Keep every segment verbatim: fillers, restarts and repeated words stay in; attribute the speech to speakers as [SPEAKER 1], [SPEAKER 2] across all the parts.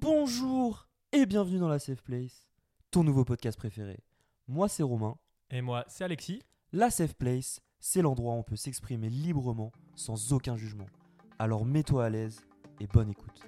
[SPEAKER 1] Bonjour et bienvenue dans la Safe Place, ton nouveau podcast préféré. Moi c'est Romain.
[SPEAKER 2] Et moi c'est Alexis.
[SPEAKER 1] La Safe Place, c'est l'endroit où on peut s'exprimer librement sans aucun jugement. Alors mets-toi à l'aise et bonne écoute.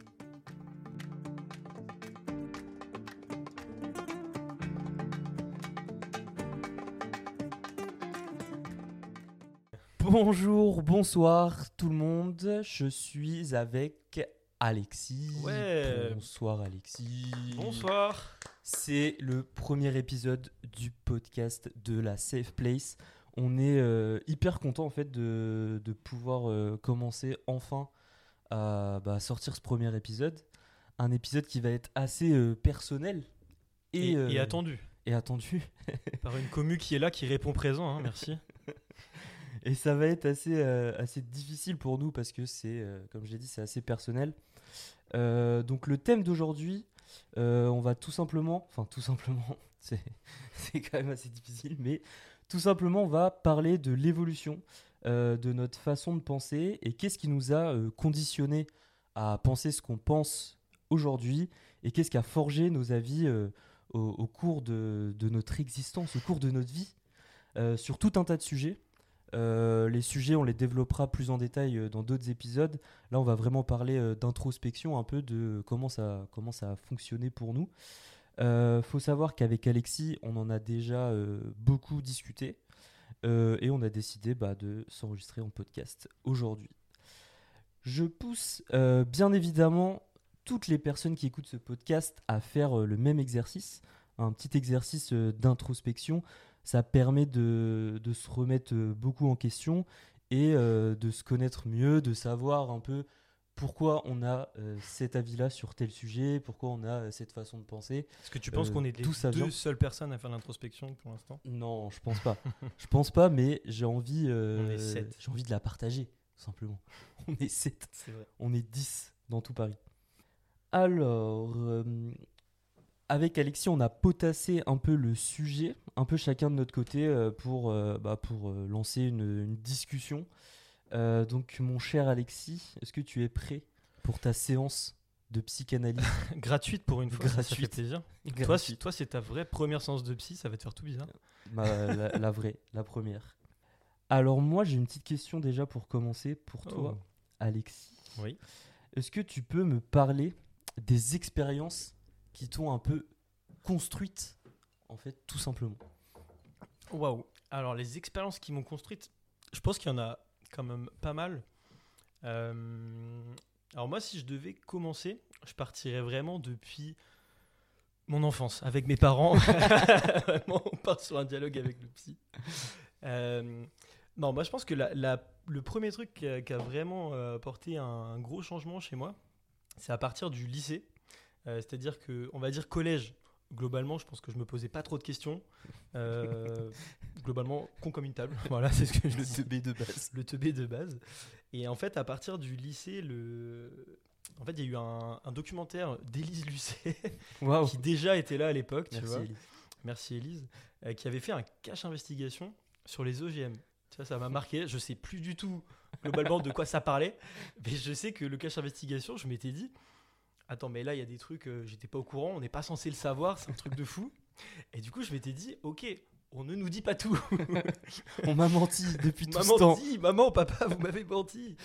[SPEAKER 1] Bonjour, bonsoir tout le monde. Je suis avec Alexis.
[SPEAKER 2] Ouais.
[SPEAKER 1] Bonsoir Alexis.
[SPEAKER 2] Bonsoir.
[SPEAKER 1] C'est le premier épisode du podcast de la Safe Place. On est euh, hyper content en fait de, de pouvoir euh, commencer enfin à bah, sortir ce premier épisode. Un épisode qui va être assez euh, personnel et,
[SPEAKER 2] Et,
[SPEAKER 1] euh,
[SPEAKER 2] et attendu.
[SPEAKER 1] et attendu.
[SPEAKER 2] Par une commu qui est là, qui répond présent, hein, merci.
[SPEAKER 1] Et ça va être assez, euh, assez difficile pour nous parce que c'est, euh, comme je l'ai dit, c'est assez personnel. Euh, donc le thème d'aujourd'hui, euh, on va tout simplement, enfin tout simplement, c'est, c'est quand même assez difficile, mais tout simplement on va parler de l'évolution euh, de notre façon de penser et qu'est-ce qui nous a euh, conditionné à penser ce qu'on pense aujourd'hui et qu'est-ce qui a forgé nos avis euh, au, au cours de, de notre existence, au cours de notre vie, euh, sur tout un tas de sujets. Euh, les sujets, on les développera plus en détail euh, dans d'autres épisodes. Là, on va vraiment parler euh, d'introspection, un peu de comment ça, comment ça a fonctionné pour nous. Euh, faut savoir qu'avec Alexis, on en a déjà euh, beaucoup discuté euh, et on a décidé bah, de s'enregistrer en podcast aujourd'hui. Je pousse euh, bien évidemment toutes les personnes qui écoutent ce podcast à faire euh, le même exercice, un petit exercice euh, d'introspection. Ça permet de, de se remettre beaucoup en question et euh, de se connaître mieux, de savoir un peu pourquoi on a euh, cet avis-là sur tel sujet, pourquoi on a euh, cette façon de penser.
[SPEAKER 2] Est-ce que tu penses
[SPEAKER 1] Euh,
[SPEAKER 2] qu'on est les
[SPEAKER 1] d'où ça
[SPEAKER 2] deux
[SPEAKER 1] vient
[SPEAKER 2] seules personnes à faire l'introspection pour l'instant?
[SPEAKER 1] Non, je pense pas. Je pense pas, mais j'ai envie, euh,
[SPEAKER 2] On est sept.
[SPEAKER 1] j'ai envie de la partager, tout simplement. On est sept,
[SPEAKER 2] C'est vrai.
[SPEAKER 1] on est dix dans tout Paris. Alors, euh, avec Alexis, on a potassé un peu le sujet, un peu chacun de notre côté, euh, pour, euh, bah, pour euh, lancer une, une discussion. Euh, donc, mon cher Alexis, est-ce que tu es prêt pour ta séance de psychanalyse
[SPEAKER 2] Gratuite pour une fois, ça, ça fait
[SPEAKER 1] Gratuite.
[SPEAKER 2] plaisir. Toi,
[SPEAKER 1] gratuite
[SPEAKER 2] si- toi, c'est ta vraie première séance de psy, ça va te faire tout bizarre.
[SPEAKER 1] Ma- la, la vraie, la première. Alors, moi, j'ai une petite question déjà pour commencer pour toi,
[SPEAKER 2] Oh.
[SPEAKER 1] Alexis.
[SPEAKER 2] Oui.
[SPEAKER 1] Est-ce que tu peux me parler des expériences qui t'ont un peu construite, en fait, tout simplement?
[SPEAKER 2] Waouh. Alors, les expériences qui m'ont construite, je pense qu'il y en a quand même pas mal. Euh, Alors, moi, si je devais commencer, je partirais vraiment depuis mon enfance, avec mes parents. Vraiment, on part sur un dialogue avec le psy. Euh, non, moi, je pense que la- la- le premier truc qui a, qui a vraiment euh, apporté un, un gros changement chez moi, c'est à partir du lycée. Euh, c'est-à-dire que, on va dire collège. Globalement, je pense que je me posais pas trop de questions. Euh, globalement, con comme une table. Voilà, c'est ce que je
[SPEAKER 1] Le
[SPEAKER 2] dis.
[SPEAKER 1] teubé de base.
[SPEAKER 2] Le teubé de base. Et en fait, à partir du lycée, le... en fait, il y a eu un, un documentaire d'Élise Lucet
[SPEAKER 1] Waouh.
[SPEAKER 2] qui déjà était là à l'époque, tu
[SPEAKER 1] Merci
[SPEAKER 2] vois.
[SPEAKER 1] Elise.
[SPEAKER 2] Merci Élise, euh, qui avait fait un cache investigation sur les O G M. Tu vois, ça m'a marqué. Je sais plus du tout globalement de quoi ça parlait, mais je sais que le cache investigation, je m'étais dit, attends, mais là il y a des trucs, euh, j'étais pas au courant, on n'est pas censé le savoir, c'est un truc de fou. Et du coup, je m'étais dit, ok, on ne nous dit pas tout.
[SPEAKER 1] On m'a menti depuis tout ce
[SPEAKER 2] Maman
[SPEAKER 1] temps.
[SPEAKER 2] dit, maman, papa, vous m'avez menti.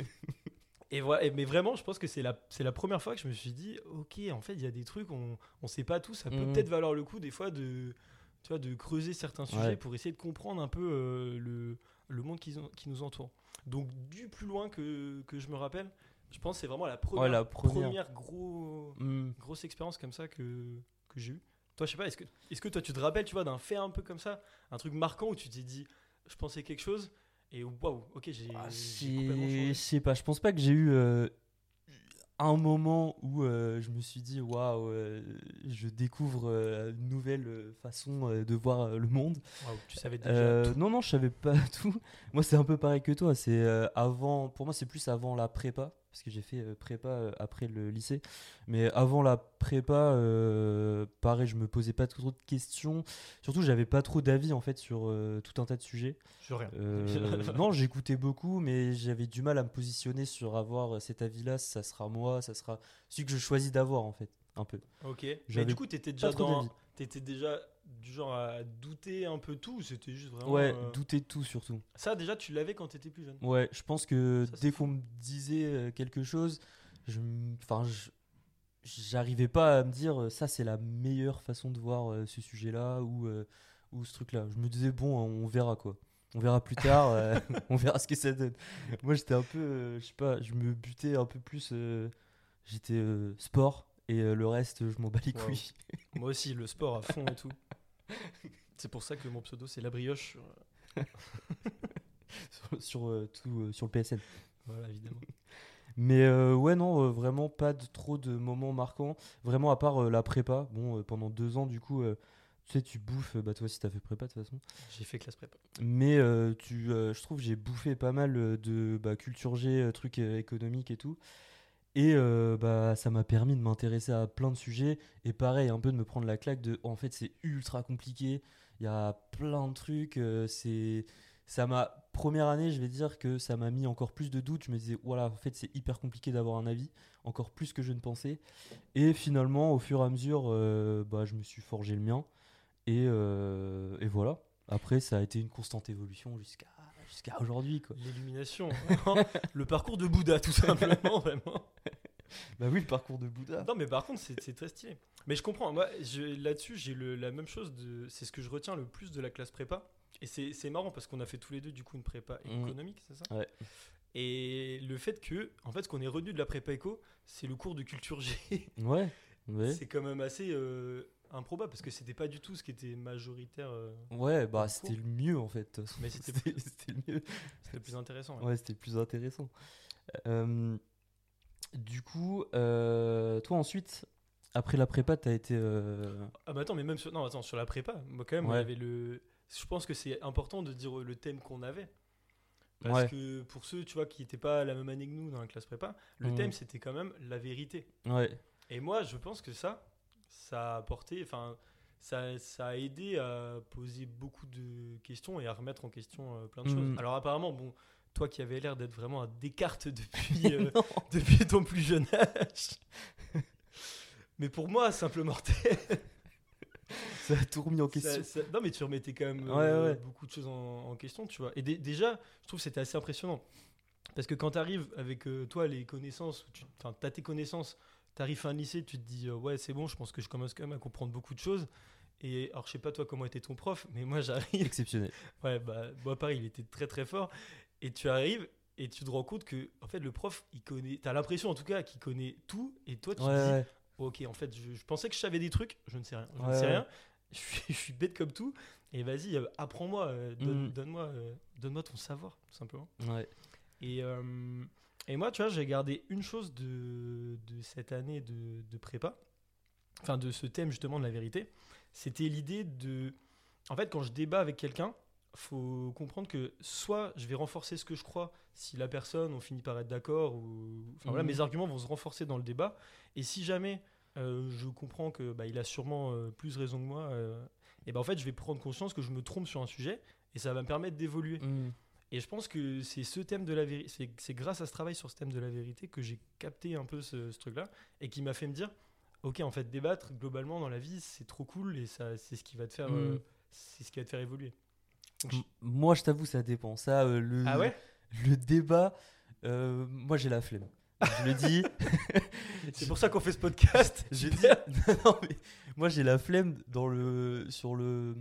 [SPEAKER 2] Et voilà, et- mais vraiment, je pense que c'est la, c'est la première fois que je me suis dit, ok, en fait, il y a des trucs, on ne sait pas tout, ça peut
[SPEAKER 1] Mhm.
[SPEAKER 2] peut-être valoir le coup des fois de, tu vois, de creuser certains sujets
[SPEAKER 1] Ouais.
[SPEAKER 2] pour essayer de comprendre un peu euh, le, le monde qui, qui nous entoure. Donc, du plus loin que, que je me rappelle, je pense que c'est vraiment la première,
[SPEAKER 1] Ouais, la première.
[SPEAKER 2] gros,
[SPEAKER 1] Hmm.
[SPEAKER 2] grosse expérience comme ça que, que j'ai eue. Toi, je sais pas, est-ce que, est-ce que toi, tu te rappelles, tu vois, d'un fait un peu comme ça, un truc marquant où tu t'es dit, je pensais quelque chose, et waouh, ok, j'ai
[SPEAKER 1] Ah,
[SPEAKER 2] j'ai complètement
[SPEAKER 1] c'est-
[SPEAKER 2] changé.
[SPEAKER 1] Je sais pas, je pense pas que j'ai eu euh, un moment où euh, je me suis dit waouh, euh, je découvre euh, une nouvelle euh, façon euh, de voir euh, le monde.
[SPEAKER 2] Waouh, tu savais déjà
[SPEAKER 1] Euh,
[SPEAKER 2] tout.
[SPEAKER 1] non, non, je savais pas tout. Moi, c'est un peu pareil que toi. C'est euh, avant, pour moi, c'est plus avant la prépa, parce que j'ai fait euh, prépa euh, après le lycée. Mais avant la prépa, euh, pareil, je me posais pas trop de questions. Surtout, j'avais pas trop d'avis en fait sur euh, tout un tas de sujets.
[SPEAKER 2] Sur rien.
[SPEAKER 1] Euh, non, j'écoutais beaucoup, mais j'avais du mal à me positionner sur avoir cet avis-là. Ça sera moi, ça sera celui que je choisis d'avoir en fait. un peu.
[SPEAKER 2] Ok. Mais
[SPEAKER 1] J'avais
[SPEAKER 2] du coup, t'étais déjà
[SPEAKER 1] pas trop
[SPEAKER 2] dans,
[SPEAKER 1] d'avis.
[SPEAKER 2] t'étais déjà du genre à douter un peu tout. Ou c'était juste vraiment.
[SPEAKER 1] Ouais,
[SPEAKER 2] euh,
[SPEAKER 1] douter de tout surtout.
[SPEAKER 2] Ça, déjà, tu l'avais quand t'étais plus jeune.
[SPEAKER 1] Ouais, je pense que
[SPEAKER 2] Ça, c'est
[SPEAKER 1] dès
[SPEAKER 2] fou.
[SPEAKER 1] qu'on me disait euh, quelque chose, je, m- enfin, je- j'arrivais pas à me dire euh, ça c'est la meilleure façon de voir euh, ce sujet-là ou, euh, ou ce truc-là. Je me disais bon, on verra quoi. On verra plus tard, euh, on verra ce que ça donne. Moi j'étais un peu, euh, je sais pas, je me butais un peu plus. euh, j'étais euh, sport et euh, le reste je m'en bats les
[SPEAKER 2] Waouh.
[SPEAKER 1] couilles.
[SPEAKER 2] Moi aussi, le sport à fond et tout. C'est pour ça que mon pseudo, c'est la brioche.
[SPEAKER 1] sur sur, euh, tout, euh, sur le P S N.
[SPEAKER 2] Voilà, évidemment.
[SPEAKER 1] Mais euh, ouais, non, euh, vraiment pas de, trop de moments marquants. Vraiment, à part euh, la prépa. Bon, euh, pendant deux ans, du coup, euh, tu sais, tu bouffes. euh, Bah, toi aussi, t'as fait prépa de toute façon.
[SPEAKER 2] J'ai fait classe prépa.
[SPEAKER 1] Mais euh, tu, euh, je trouve que j'ai bouffé pas mal euh, de bah, culture G, euh, trucs euh, économiques et tout. Et euh, bah, ça m'a permis de m'intéresser à plein de sujets. Et pareil, un peu de me prendre la claque de. En fait, c'est ultra compliqué. Il y a plein de trucs. euh, c'est. Ça m'a. Première année, je vais dire que ça m'a mis encore plus de doutes. Je me disais, voilà, en fait, c'est hyper compliqué d'avoir un avis. Encore plus que je ne pensais. Et finalement, au fur et à mesure, euh, bah, je me suis forgé le mien. Et, euh, et voilà. Après, ça a été une constante évolution jusqu'à jusqu'à aujourd'hui, quoi.
[SPEAKER 2] L'illumination. Vraiment. Le parcours de Bouddha, tout simplement, vraiment.
[SPEAKER 1] Bah oui, le parcours de Bouddha.
[SPEAKER 2] Non, mais par contre, c'est c'est très stylé. Mais je comprends. Moi, je- là-dessus, j'ai le- la même chose. De, c'est ce que je retiens le plus de la classe prépa. Et c'est c'est marrant parce qu'on a fait tous les deux, du coup, une prépa
[SPEAKER 1] Mhm.
[SPEAKER 2] économique, c'est ça?
[SPEAKER 1] Ouais.
[SPEAKER 2] Et le fait que, en fait, ce qu'on est retenu de la prépa éco, c'est le cours de culture G.
[SPEAKER 1] Ouais. Ouais.
[SPEAKER 2] C'est quand même assez euh, improbable parce que c'était pas du tout ce qui était majoritaire. euh,
[SPEAKER 1] Ouais, bah
[SPEAKER 2] Du
[SPEAKER 1] c'était
[SPEAKER 2] coup.
[SPEAKER 1] le mieux en fait.
[SPEAKER 2] Mais c'était
[SPEAKER 1] C'était c'était le mieux.
[SPEAKER 2] C'était le plus intéressant. Ouais.
[SPEAKER 1] Ouais, c'était le plus intéressant. Euh, du coup, euh, toi ensuite, après la prépa, t'as été. euh,
[SPEAKER 2] Ah bah attends, mais même sur, non, attends, sur la prépa, moi quand même, il y
[SPEAKER 1] Ouais.
[SPEAKER 2] avait le. Je pense que c'est important de dire le thème qu'on avait. Parce
[SPEAKER 1] Ouais.
[SPEAKER 2] que pour ceux, tu vois, qui n'étaient pas à la même année que nous dans la classe prépa, le
[SPEAKER 1] Mhm.
[SPEAKER 2] thème c'était quand même la vérité.
[SPEAKER 1] Ouais.
[SPEAKER 2] Et moi, je pense que ça, ça a apporté, enfin, ça, ça a aidé à poser beaucoup de questions et à remettre en question euh, plein de choses.
[SPEAKER 1] Mhm.
[SPEAKER 2] Alors apparemment, bon, toi qui avais l'air d'être vraiment un Descartes depuis, euh,
[SPEAKER 1] Non.
[SPEAKER 2] depuis ton plus jeune âge. Mais pour moi, simple mortel.
[SPEAKER 1] Ça a tout remis en
[SPEAKER 2] Ça-
[SPEAKER 1] question.
[SPEAKER 2] ça- non, mais tu remettais quand même
[SPEAKER 1] Ouais,
[SPEAKER 2] euh,
[SPEAKER 1] ouais.
[SPEAKER 2] beaucoup de choses en, en question, tu vois. Et dé- déjà, je trouve que c'était assez impressionnant. Parce que quand tu arrives avec euh, toi les connaissances, tu as tes connaissances, tu arrives à un lycée, tu te dis euh, ouais, c'est bon, je pense que je commence quand même à comprendre beaucoup de choses. Et alors, je sais pas toi comment était ton prof, mais moi j'arrive.
[SPEAKER 1] Exceptionnel.
[SPEAKER 2] Ouais, bah, moi pareil, il était très très fort. Et tu arrives et tu te rends compte que en fait, le prof, il connaît, tu as l'impression en tout cas qu'il connaît tout. Et toi, tu
[SPEAKER 1] Ouais,
[SPEAKER 2] te dis
[SPEAKER 1] ouais.
[SPEAKER 2] ok, en fait, je, je pensais que je savais des trucs, je ne sais rien. Je ne
[SPEAKER 1] Ouais,
[SPEAKER 2] sais
[SPEAKER 1] ouais.
[SPEAKER 2] rien. Je suis, je suis bête comme tout. Et vas-y, euh, apprends-moi, euh, donne,
[SPEAKER 1] Mhm.
[SPEAKER 2] donne-moi, euh, donne-moi ton savoir, tout simplement.
[SPEAKER 1] Ouais.
[SPEAKER 2] Et, euh, et moi, tu vois, j'ai gardé une chose de, de cette année de, de prépa, enfin de ce thème justement de la vérité. C'était l'idée de. En fait, quand je débat avec quelqu'un, faut comprendre que soit je vais renforcer ce que je crois si la personne, on finit par être d'accord, ou. Enfin voilà,
[SPEAKER 1] Mhm.
[SPEAKER 2] mes arguments vont se renforcer dans le débat. Et si jamais euh, je comprends que bah, il a sûrement euh, plus raison que moi, euh, et ben en fait, je vais prendre conscience que je me trompe sur un sujet et ça va me permettre d'évoluer.
[SPEAKER 1] Mhm.
[SPEAKER 2] Et je pense que c'est ce thème de la vérité, c'est, c'est grâce à ce travail sur ce thème de la vérité que j'ai capté un peu ce, ce truc-là et qui m'a fait me dire, ok, en fait, débattre globalement dans la vie, c'est trop cool et ça, c'est ce qui va te faire, euh,
[SPEAKER 1] Mhm.
[SPEAKER 2] c'est ce qui va te faire évoluer. Donc, je-
[SPEAKER 1] M- Moi, je t'avoue, ça dépend. Ça, euh, le,
[SPEAKER 2] Ah ouais.
[SPEAKER 1] le débat, euh, moi j'ai la flemme. Je le dis.
[SPEAKER 2] C'est pour ça qu'on fait ce podcast.
[SPEAKER 1] Je dis,
[SPEAKER 2] Super.
[SPEAKER 1] non, mais moi j'ai la flemme dans le, sur le.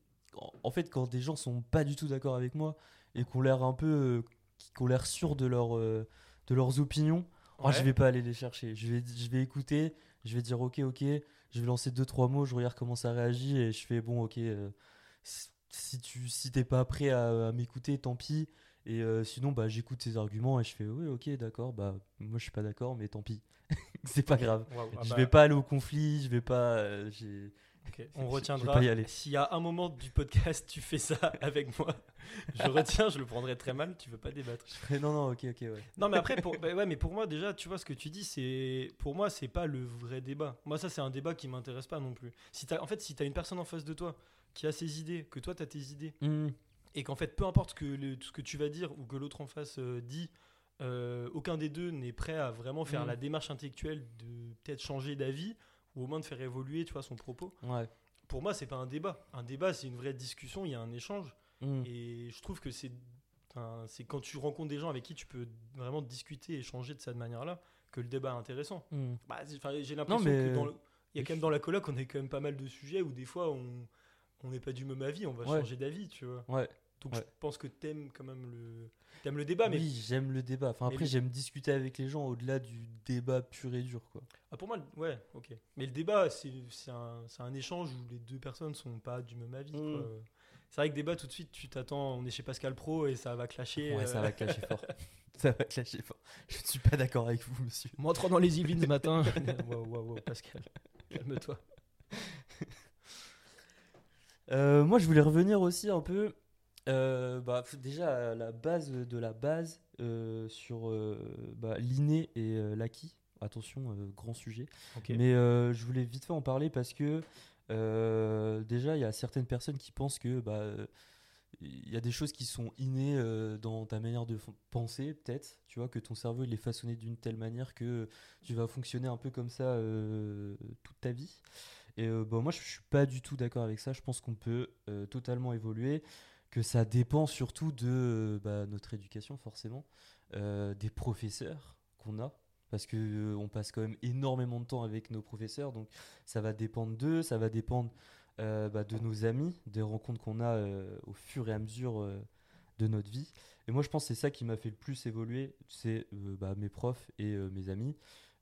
[SPEAKER 1] En en fait, quand des gens sont pas du tout d'accord avec moi et qu'on l'air un peu, euh, qu'on l'air sûr de leur, euh, de leurs opinions, oh, je
[SPEAKER 2] Ouais.
[SPEAKER 1] vais pas aller les chercher. Je vais, je vais écouter, je vais dire ok, ok, je vais lancer deux trois mots, je regarde comment ça réagit et je fais bon, ok. euh, si si tu, si t'es pas prêt à, à m'écouter, tant pis. Et euh, sinon, bah j'écoute tes arguments et je fais oui, ok, d'accord. Bah moi je suis pas d'accord, mais tant pis. C'est pas grave.
[SPEAKER 2] Waouh, ah
[SPEAKER 1] Je
[SPEAKER 2] bah,
[SPEAKER 1] vais pas aller au conflit, je vais pas. euh, j'ai-
[SPEAKER 2] ok,
[SPEAKER 1] je-
[SPEAKER 2] on
[SPEAKER 1] je vais
[SPEAKER 2] retiendra.
[SPEAKER 1] pas y aller.
[SPEAKER 2] S'il y a un moment du podcast, tu fais ça avec moi, je retiens, je le prendrai très mal. Tu veux pas débattre.
[SPEAKER 1] Je ferai, non, non, ok, ok, ouais.
[SPEAKER 2] Non, mais après, pour, bah ouais, mais pour moi, déjà, tu vois, ce que tu dis, c'est. Pour moi, c'est pas le vrai débat. Moi, ça, c'est un débat qui m'intéresse pas non plus. Si t'as, en fait, si t'as une personne en face de toi qui a ses idées, que toi, t'as tes idées,
[SPEAKER 1] Mhm.
[SPEAKER 2] et qu'en fait, peu importe ce que, le- ce que tu vas dire ou que l'autre en face euh, dit, euh, aucun des deux n'est prêt à vraiment faire
[SPEAKER 1] Mhm.
[SPEAKER 2] la démarche intellectuelle de peut-être changer d'avis ou au moins de faire évoluer, tu vois, son propos.
[SPEAKER 1] Ouais.
[SPEAKER 2] Pour moi, c'est pas un débat. Un débat, c'est une vraie discussion, il y a un échange.
[SPEAKER 1] Mm.
[SPEAKER 2] Et je trouve que c'est, enfin, c'est quand tu rencontres des gens avec qui tu peux vraiment discuter, échanger de cette manière-là, que le débat est intéressant.
[SPEAKER 1] Mm.
[SPEAKER 2] Bah, c'est- enfin, j'ai
[SPEAKER 1] Non,
[SPEAKER 2] l'impression
[SPEAKER 1] mais.
[SPEAKER 2] que dans le, il y a
[SPEAKER 1] mais
[SPEAKER 2] quand même
[SPEAKER 1] je-
[SPEAKER 2] dans la coloc, on a quand même pas mal de sujets où des fois on on n'est pas du même avis, on va
[SPEAKER 1] Ouais.
[SPEAKER 2] changer d'avis, tu vois.
[SPEAKER 1] Ouais.
[SPEAKER 2] Donc
[SPEAKER 1] Ouais.
[SPEAKER 2] je pense que t'aimes quand même le, t'aimes le débat, mais
[SPEAKER 1] Oui, j'aime le débat. Enfin,
[SPEAKER 2] mais
[SPEAKER 1] après,
[SPEAKER 2] le-
[SPEAKER 1] j'aime discuter avec les gens au-delà du débat pur et dur, quoi.
[SPEAKER 2] ah, pour moi, le- ouais, ok. Mais le débat, c'est c'est un, c'est un échange où les deux personnes sont pas du même avis,
[SPEAKER 1] Mm.
[SPEAKER 2] quoi. C'est vrai que débat, tout de suite, tu t'attends, on est chez Pascal Pro et ça va clasher.
[SPEAKER 1] Ouais,
[SPEAKER 2] euh,
[SPEAKER 1] ça va clasher fort. Ça va clasher fort. Je ne suis pas d'accord avec vous, monsieur.
[SPEAKER 2] Moi, trois dans les Yvelines ce matin. Waouh, waouh, waouh, Pascal, calme-toi.
[SPEAKER 1] Euh, moi, je voulais revenir aussi un peu, euh, bah, f- déjà à la base de la base euh, sur euh, bah, l'inné et euh, l'acquis. Attention, euh, grand sujet.
[SPEAKER 2] Ok.
[SPEAKER 1] Mais euh, je voulais vite fait en parler parce que euh, déjà, il y a certaines personnes qui pensent que bah, euh, il y a des choses qui sont innées euh, dans ta manière de f- penser, peut-être. Tu vois, que ton cerveau il est façonné d'une telle manière que tu vas fonctionner un peu comme ça euh, toute ta vie. Et euh, bah, moi, je suis pas du tout d'accord avec ça. Je pense qu'on peut euh, totalement évoluer, que ça dépend surtout de euh, bah, notre éducation, forcément, euh, des professeurs qu'on a. Parce que euh, on passe quand même énormément de temps avec nos professeurs, donc ça va dépendre d'eux, ça va dépendre euh, bah, de nos amis, des rencontres qu'on a euh, au fur et à mesure euh, de notre vie. Et moi, je pense que c'est ça qui m'a fait le plus évoluer, c'est euh, bah, mes profs et euh, mes amis.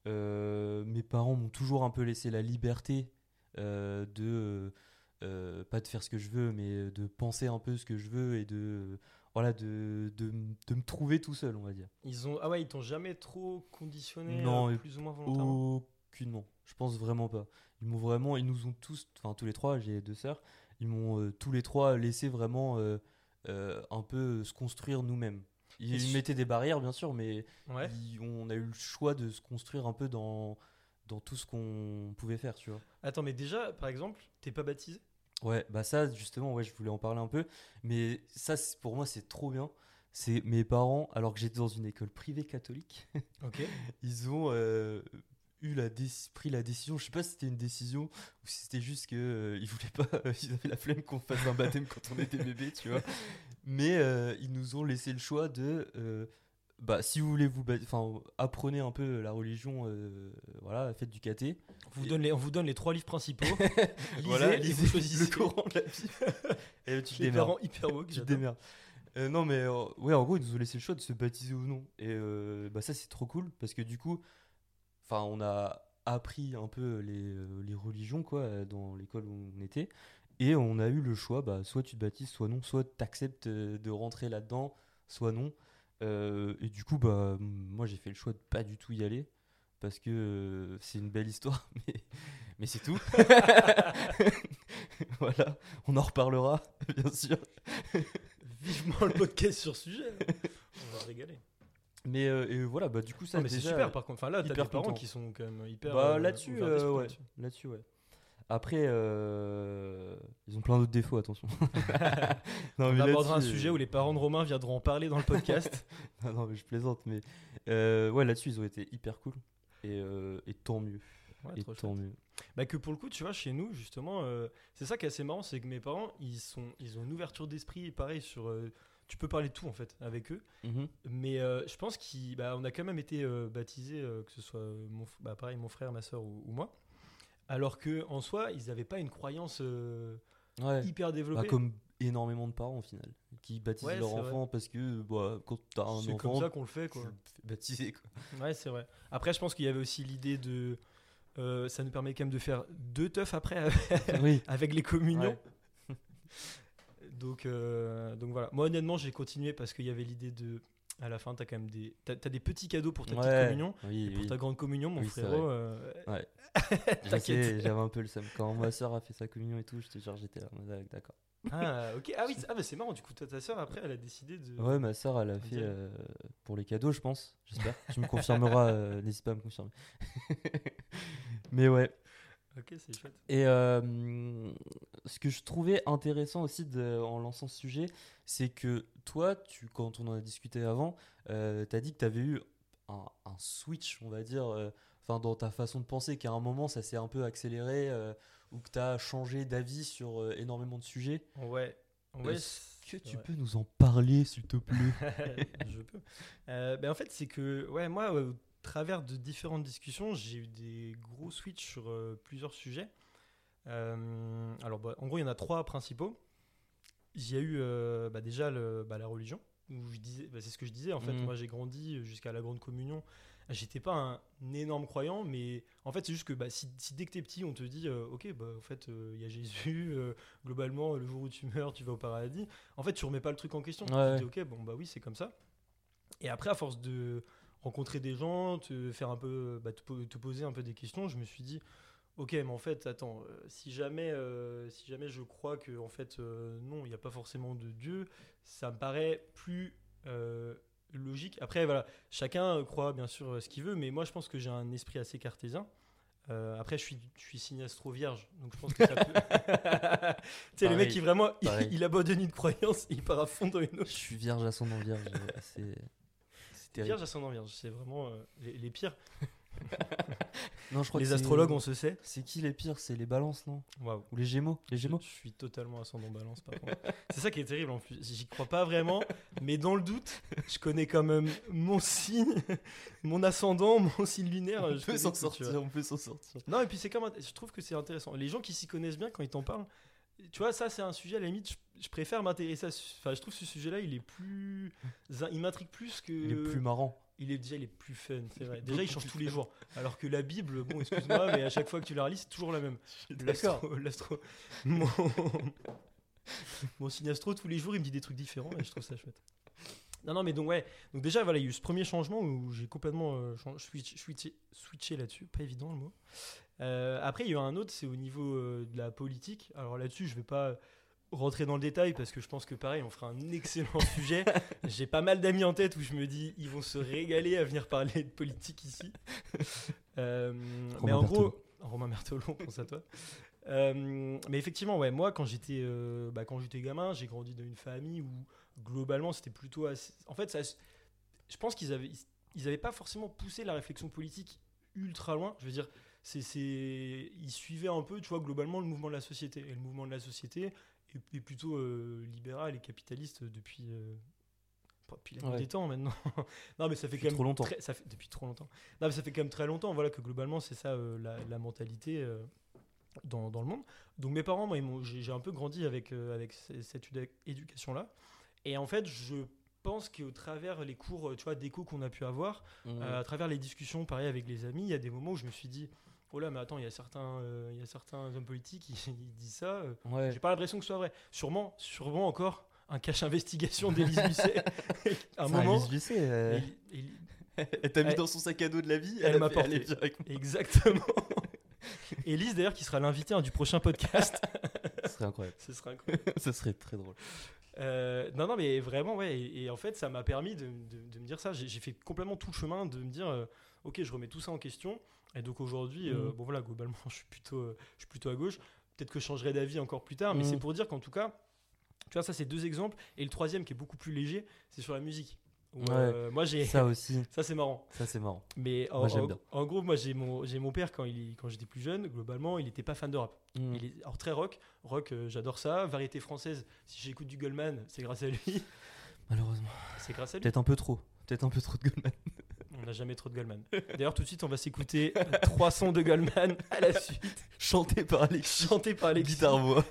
[SPEAKER 1] Euh, mes parents m'ont toujours un peu laissé la liberté euh, de euh, pas de faire ce que je veux, mais de penser un peu ce que je veux et de voilà de, de, m- de me trouver tout seul, on va dire.
[SPEAKER 2] Ils ont, ah ouais, ils t'ont jamais trop conditionné, euh,
[SPEAKER 1] Non, et
[SPEAKER 2] plus ou moins volontairement.
[SPEAKER 1] aucunement. Je pense vraiment pas. Ils m'ont vraiment, ils nous ont tous, enfin tous les trois, j'ai deux sœurs, ils m'ont euh, tous les trois laissé vraiment euh, euh, un peu se construire nous-mêmes.
[SPEAKER 2] Et
[SPEAKER 1] Ils
[SPEAKER 2] su-
[SPEAKER 1] mettaient des barrières, bien sûr, mais
[SPEAKER 2] Ouais.
[SPEAKER 1] ils- on a eu le choix de se construire un peu dans, dans tout ce qu'on pouvait faire, tu vois.
[SPEAKER 2] Attends, mais déjà, par exemple, t'es pas baptisé?
[SPEAKER 1] Ouais, bah ça, justement, ouais, je voulais en parler un peu, mais ça, c'est- pour moi, c'est trop bien. C'est mes parents, alors que j'étais dans une école privée catholique,
[SPEAKER 2] Ok.
[SPEAKER 1] ils ont euh, eu la déc- pris la décision. Je sais pas si c'était une décision ou si c'était juste que euh, ils voulaient pas, ils avaient la flemme qu'on fasse un baptême quand on était bébé, tu vois. Mais euh, ils nous ont laissé le choix de, euh, bah, si vous voulez vous, bap- enfin, apprenez un peu la religion, euh, voilà, faites du caté.
[SPEAKER 2] On vous
[SPEAKER 1] Et-
[SPEAKER 2] donne les, on vous donne les trois livres principaux. Lisez
[SPEAKER 1] Voilà,
[SPEAKER 2] et vous
[SPEAKER 1] lisez
[SPEAKER 2] choisissez.
[SPEAKER 1] le Coran de la Bible. Et tu te
[SPEAKER 2] Les
[SPEAKER 1] démerdes.
[SPEAKER 2] parents hyper woke,
[SPEAKER 1] Tu te
[SPEAKER 2] j'adore.
[SPEAKER 1] démerdes. Euh, non, mais euh, ouais, en gros, ils nous ont laissé le choix de se baptiser ou non. Et euh, bah, ça, c'est trop cool parce que du coup, enfin, on a appris un peu les, euh, les religions, quoi, euh, dans l'école où on était. Et on a eu le choix, bah, soit tu te baptises, soit non, soit tu acceptes de rentrer là-dedans, soit non. Euh, et du coup, bah, m- moi, j'ai fait le choix de pas du tout y aller parce que euh, c'est une belle histoire, mais, mais c'est tout. Voilà, on en reparlera, bien sûr.
[SPEAKER 2] Vivement le podcast sur ce sujet. On va se régaler.
[SPEAKER 1] Mais euh, et voilà, bah du coup ça
[SPEAKER 2] Non, mais c'est
[SPEAKER 1] déjà,
[SPEAKER 2] super par contre. Enfin là, t'as
[SPEAKER 1] hyper
[SPEAKER 2] des parents
[SPEAKER 1] content.
[SPEAKER 2] qui sont quand même hyper.
[SPEAKER 1] bah
[SPEAKER 2] euh,
[SPEAKER 1] là-dessus,
[SPEAKER 2] ouverts
[SPEAKER 1] euh,
[SPEAKER 2] d'esprit
[SPEAKER 1] ouais,
[SPEAKER 2] là-dessus.
[SPEAKER 1] là-dessus ouais. Après, euh, ils ont plein d'autres défauts, attention. non
[SPEAKER 2] On
[SPEAKER 1] mais
[SPEAKER 2] abordera un
[SPEAKER 1] là-dessus,
[SPEAKER 2] sujet
[SPEAKER 1] euh,
[SPEAKER 2] où les parents de Romain viendront en parler dans le podcast.
[SPEAKER 1] non, non, mais je plaisante, mais euh, ouais là-dessus ils ont été hyper cool et, euh, et tant mieux,
[SPEAKER 2] Ouais,
[SPEAKER 1] et
[SPEAKER 2] trop
[SPEAKER 1] tant
[SPEAKER 2] chouette.
[SPEAKER 1] mieux.
[SPEAKER 2] Bah que pour le coup, tu vois, chez nous, justement, euh, c'est ça qui est assez marrant, c'est que mes parents, ils, sont, ils ont une ouverture d'esprit, et pareil, sur... euh, tu peux parler de tout, en fait, avec eux.
[SPEAKER 1] Mhm.
[SPEAKER 2] Mais euh, je pense qu'on bah, on a quand même été euh, baptisés, euh, que ce soit, euh, mon, f- bah, pareil, mon frère, ma soeur ou, ou moi. Alors que en soi, ils n'avaient pas une croyance euh,
[SPEAKER 1] Ouais.
[SPEAKER 2] hyper
[SPEAKER 1] Bah,
[SPEAKER 2] développée.
[SPEAKER 1] comme énormément de parents au final, qui baptisent
[SPEAKER 2] Ouais,
[SPEAKER 1] leur
[SPEAKER 2] c'est vrai.
[SPEAKER 1] enfant parce que bah, quand t'as un
[SPEAKER 2] C'est
[SPEAKER 1] enfant,
[SPEAKER 2] comme ça qu'on le fait,
[SPEAKER 1] tu
[SPEAKER 2] quoi.
[SPEAKER 1] le fais baptiser quoi.
[SPEAKER 2] Ouais, c'est vrai. Après, je pense qu'il y avait aussi l'idée de... euh, ça nous permet quand même de faire deux teufs après
[SPEAKER 1] Oui.
[SPEAKER 2] avec les communions.
[SPEAKER 1] Ouais.
[SPEAKER 2] Donc, euh, donc voilà. Moi, honnêtement, j'ai continué parce qu'il y avait l'idée de. À la fin, t'as quand même des. T'as, t'as des petits cadeaux pour ta petite
[SPEAKER 1] Ouais,
[SPEAKER 2] communion.
[SPEAKER 1] oui,
[SPEAKER 2] Et pour
[SPEAKER 1] oui.
[SPEAKER 2] ta grande communion, mon
[SPEAKER 1] Oui, c'est
[SPEAKER 2] frérot.
[SPEAKER 1] vrai.
[SPEAKER 2] euh,
[SPEAKER 1] Ouais. Je
[SPEAKER 2] T'inquiète.
[SPEAKER 1] sais, j'avais un peu le seum. Quand ma soeur a fait sa communion et tout, j'étais genre, j'étais là, ouais, d'accord.
[SPEAKER 2] Ah, ok. Ah oui, c'est- ah, bah, c'est marrant. Du coup, toi, ta soeur, après, elle a décidé de.
[SPEAKER 1] Ouais, ma soeur, elle a
[SPEAKER 2] on
[SPEAKER 1] fait
[SPEAKER 2] dirait.
[SPEAKER 1] euh, pour les cadeaux, je pense. J'espère. Tu me confirmeras, euh, n'hésite pas à me confirmer. Mais ouais.
[SPEAKER 2] Ok, c'est chouette.
[SPEAKER 1] Et euh, ce que je trouvais intéressant aussi de- en lançant ce sujet, c'est que toi, tu, quand on en a discuté avant, euh, t'as dit que t'avais eu un, un switch, on va dire, euh, enfin dans ta façon de penser, qu'à un moment ça s'est un peu accéléré euh, ou que tu as changé d'avis sur euh, énormément de sujets.
[SPEAKER 2] Ouais. Ouais,
[SPEAKER 1] Est-ce que
[SPEAKER 2] c'est
[SPEAKER 1] tu
[SPEAKER 2] vrai.
[SPEAKER 1] peux nous en parler, s'il te plaît?
[SPEAKER 2] Je peux. Euh, ben en fait, c'est que ouais, moi, ouais, au travers de différentes discussions, j'ai eu des gros switches sur euh, plusieurs sujets. Euh, alors, bah, en gros, il y en a trois principaux. Il y a eu euh, bah, déjà le, bah, la religion, où je disais, bah, c'est ce que je disais. En fait,
[SPEAKER 1] Mhm.
[SPEAKER 2] moi, j'ai grandi jusqu'à la grande communion. J'étais pas un énorme croyant, mais en fait, c'est juste que bah, si, si dès que t'es petit, on te dit, euh, ok, bah, en fait, euh, il y a Jésus, euh, globalement, le jour où tu meurs, tu vas au paradis. En fait, tu remets pas le truc en question.
[SPEAKER 1] Ouais.
[SPEAKER 2] Tu te dis, ok, bon, bah oui, c'est comme ça. Et après, à force de rencontrer des gens, te faire un peu, bah, te, po- te poser un peu des questions, je me suis dit, ok, mais en fait, attends, euh, si jamais, euh, si jamais je crois que, en fait, euh, non, il n'y a pas forcément de Dieu, ça me paraît plus euh, logique. Après, voilà, chacun euh, croit bien sûr euh, ce qu'il veut, mais moi, je pense que j'ai un esprit assez cartésien. Euh, après, je suis, je suis signe astro vierge, donc je pense que ça peut. Tu sais, le mec
[SPEAKER 1] Pareil,
[SPEAKER 2] qui vraiment, il,
[SPEAKER 1] pareil.
[SPEAKER 2] il abandonne une croyance, il part à fond dans une
[SPEAKER 1] Je
[SPEAKER 2] autre.
[SPEAKER 1] suis vierge à son vierge. euh, C'est c'est terrible.
[SPEAKER 2] Vierge ascendant vierge, c'est vraiment euh, les, les pires.
[SPEAKER 1] Non, je crois
[SPEAKER 2] Les
[SPEAKER 1] que c'est-
[SPEAKER 2] astrologues, on se sait.
[SPEAKER 1] C'est qui les pires? C'est les balances, non?
[SPEAKER 2] Waouh.
[SPEAKER 1] Ou les gémeaux? Les
[SPEAKER 2] Je,
[SPEAKER 1] gémeaux?
[SPEAKER 2] je suis totalement ascendant balance par contre. C'est ça qui est terrible en plus. J'y crois pas vraiment, mais dans le doute, je connais quand même mon signe, mon ascendant, mon signe lunaire.
[SPEAKER 1] On
[SPEAKER 2] je
[SPEAKER 1] peut
[SPEAKER 2] connais
[SPEAKER 1] s'en
[SPEAKER 2] tout, tu
[SPEAKER 1] sortir,
[SPEAKER 2] vois.
[SPEAKER 1] on peut s'en sortir.
[SPEAKER 2] Non, et puis c'est comme int- je trouve que c'est intéressant. Les gens qui s'y connaissent bien quand ils t'en parlent, tu vois, ça c'est un sujet à la limite. Je, je préfère m'intéresser à. ce- Enfin, je trouve que ce sujet-là, il est plus, il m'intrigue plus que.
[SPEAKER 1] Il est plus marrant.
[SPEAKER 2] Il est déjà il est plus fun, c'est vrai. Déjà,
[SPEAKER 1] Beaucoup
[SPEAKER 2] il change
[SPEAKER 1] plus
[SPEAKER 2] tous les
[SPEAKER 1] fun.
[SPEAKER 2] jours. Alors que la Bible, bon, excuse-moi, mais à chaque fois que tu la relis, c'est toujours la même.
[SPEAKER 1] D'accord.
[SPEAKER 2] L'astro, l'astro, mon, mon signe astro, tous les jours, il me dit des trucs différents et je trouve ça chouette. Non, non, mais donc, ouais. Donc, déjà, voilà, il y a eu ce premier changement où j'ai complètement euh, chang- switch- switché, switché là-dessus. Pas évident le mot. Euh, après, il y a eu un autre, c'est au niveau euh, de la politique. Alors là-dessus, je vais pas rentrer dans le détail parce que je pense que pareil, on fera un excellent sujet. J'ai pas mal d'amis en tête où je me dis, ils vont se régaler à venir parler de politique ici. Euh, mais en
[SPEAKER 1] Berthelot.
[SPEAKER 2] gros, Romain Berthelot, pense à toi. Euh, mais effectivement, ouais, moi, quand j'étais, euh, bah, quand j'étais gamin, j'ai grandi dans une famille où globalement, c'était plutôt assez. En fait, ça, je pense qu'ils avaient, ils avaient pas forcément poussé la réflexion politique ultra loin. Je veux dire, c'est, c'est, ils suivaient un peu, tu vois, globalement le mouvement de la société. Et le mouvement de la société est, est plutôt euh, libéral et capitaliste depuis. Euh, pas depuis la nuit
[SPEAKER 1] Ouais.
[SPEAKER 2] des temps maintenant. Non, mais ça fait
[SPEAKER 1] Depuis
[SPEAKER 2] quand même
[SPEAKER 1] trop longtemps.
[SPEAKER 2] très- ça fait depuis trop longtemps. Non, mais ça fait quand même très longtemps. Voilà que globalement c'est ça euh, la, la mentalité euh, dans, dans le monde. Donc mes parents, moi, ils m'ont- j'ai, j'ai un peu grandi avec euh, avec c- cette éducation là. Et en fait, je pense qu'au travers les cours, tu vois, d'éco qu'on a pu avoir,
[SPEAKER 1] Mmh.
[SPEAKER 2] euh, à travers les discussions, pareil avec les amis, il y a des moments où je me suis dit, oh là, mais attends, il y a certains, euh, il y a certains hommes politiques qui ils disent ça. euh,
[SPEAKER 1] Ouais.
[SPEAKER 2] J'ai pas l'impression que ce soit vrai. Sûrement, sûrement encore un cache investigation d'Élise Lucet. À un
[SPEAKER 1] Ça,
[SPEAKER 2] moment.
[SPEAKER 1] Alice Lucet, euh,
[SPEAKER 2] et- et-
[SPEAKER 1] elle t'a mis
[SPEAKER 2] elle-
[SPEAKER 1] dans son sac à dos de la vie.
[SPEAKER 2] elle
[SPEAKER 1] a
[SPEAKER 2] m'a
[SPEAKER 1] fait
[SPEAKER 2] porté.
[SPEAKER 1] aller directement.
[SPEAKER 2] Exactement. Élise, d'ailleurs, qui sera l'invité hein, du prochain podcast.
[SPEAKER 1] Ce serait incroyable.
[SPEAKER 2] Ce sera incroyable.
[SPEAKER 1] Ce serait très drôle.
[SPEAKER 2] Euh, non, non, mais vraiment, ouais. Et, et en fait, ça m'a permis de, de- de me dire ça. J'ai j'ai fait complètement tout le chemin de me dire, euh, ok, je remets tout ça en question. Et donc aujourd'hui, euh,
[SPEAKER 1] Mhm.
[SPEAKER 2] bon voilà, globalement, je suis plutôt, euh, je suis plutôt à gauche. Peut-être que je changerai d'avis encore plus tard, mais
[SPEAKER 1] Mhm.
[SPEAKER 2] c'est pour dire qu'en tout cas, tu vois, ça c'est deux exemples. Et le troisième qui est beaucoup plus léger, c'est sur la musique. Où, euh, moi j'ai,
[SPEAKER 1] Ça aussi,
[SPEAKER 2] ça c'est marrant.
[SPEAKER 1] ça c'est marrant.
[SPEAKER 2] Mais en,
[SPEAKER 1] Moi, j'aime
[SPEAKER 2] en-
[SPEAKER 1] bien.
[SPEAKER 2] en gros, moi j'ai mon, j'ai mon père quand, il, quand j'étais plus jeune, globalement, il n'était pas fan de rap.
[SPEAKER 1] Mmh.
[SPEAKER 2] Il est alors très rock, rock, euh, j'adore ça. Variété française, si j'écoute du Goldman, c'est grâce à lui.
[SPEAKER 1] Malheureusement.
[SPEAKER 2] C'est grâce à lui.
[SPEAKER 1] Peut-être un peu trop. Peut-être un peu trop de Goldman.
[SPEAKER 2] On n'a jamais trop de Goldman. D'ailleurs, tout de suite, on va s'écouter trois sons de Goldman à la suite,
[SPEAKER 1] Chanté par Alexis.
[SPEAKER 2] chantés par Alexis.
[SPEAKER 1] Guitare-voix.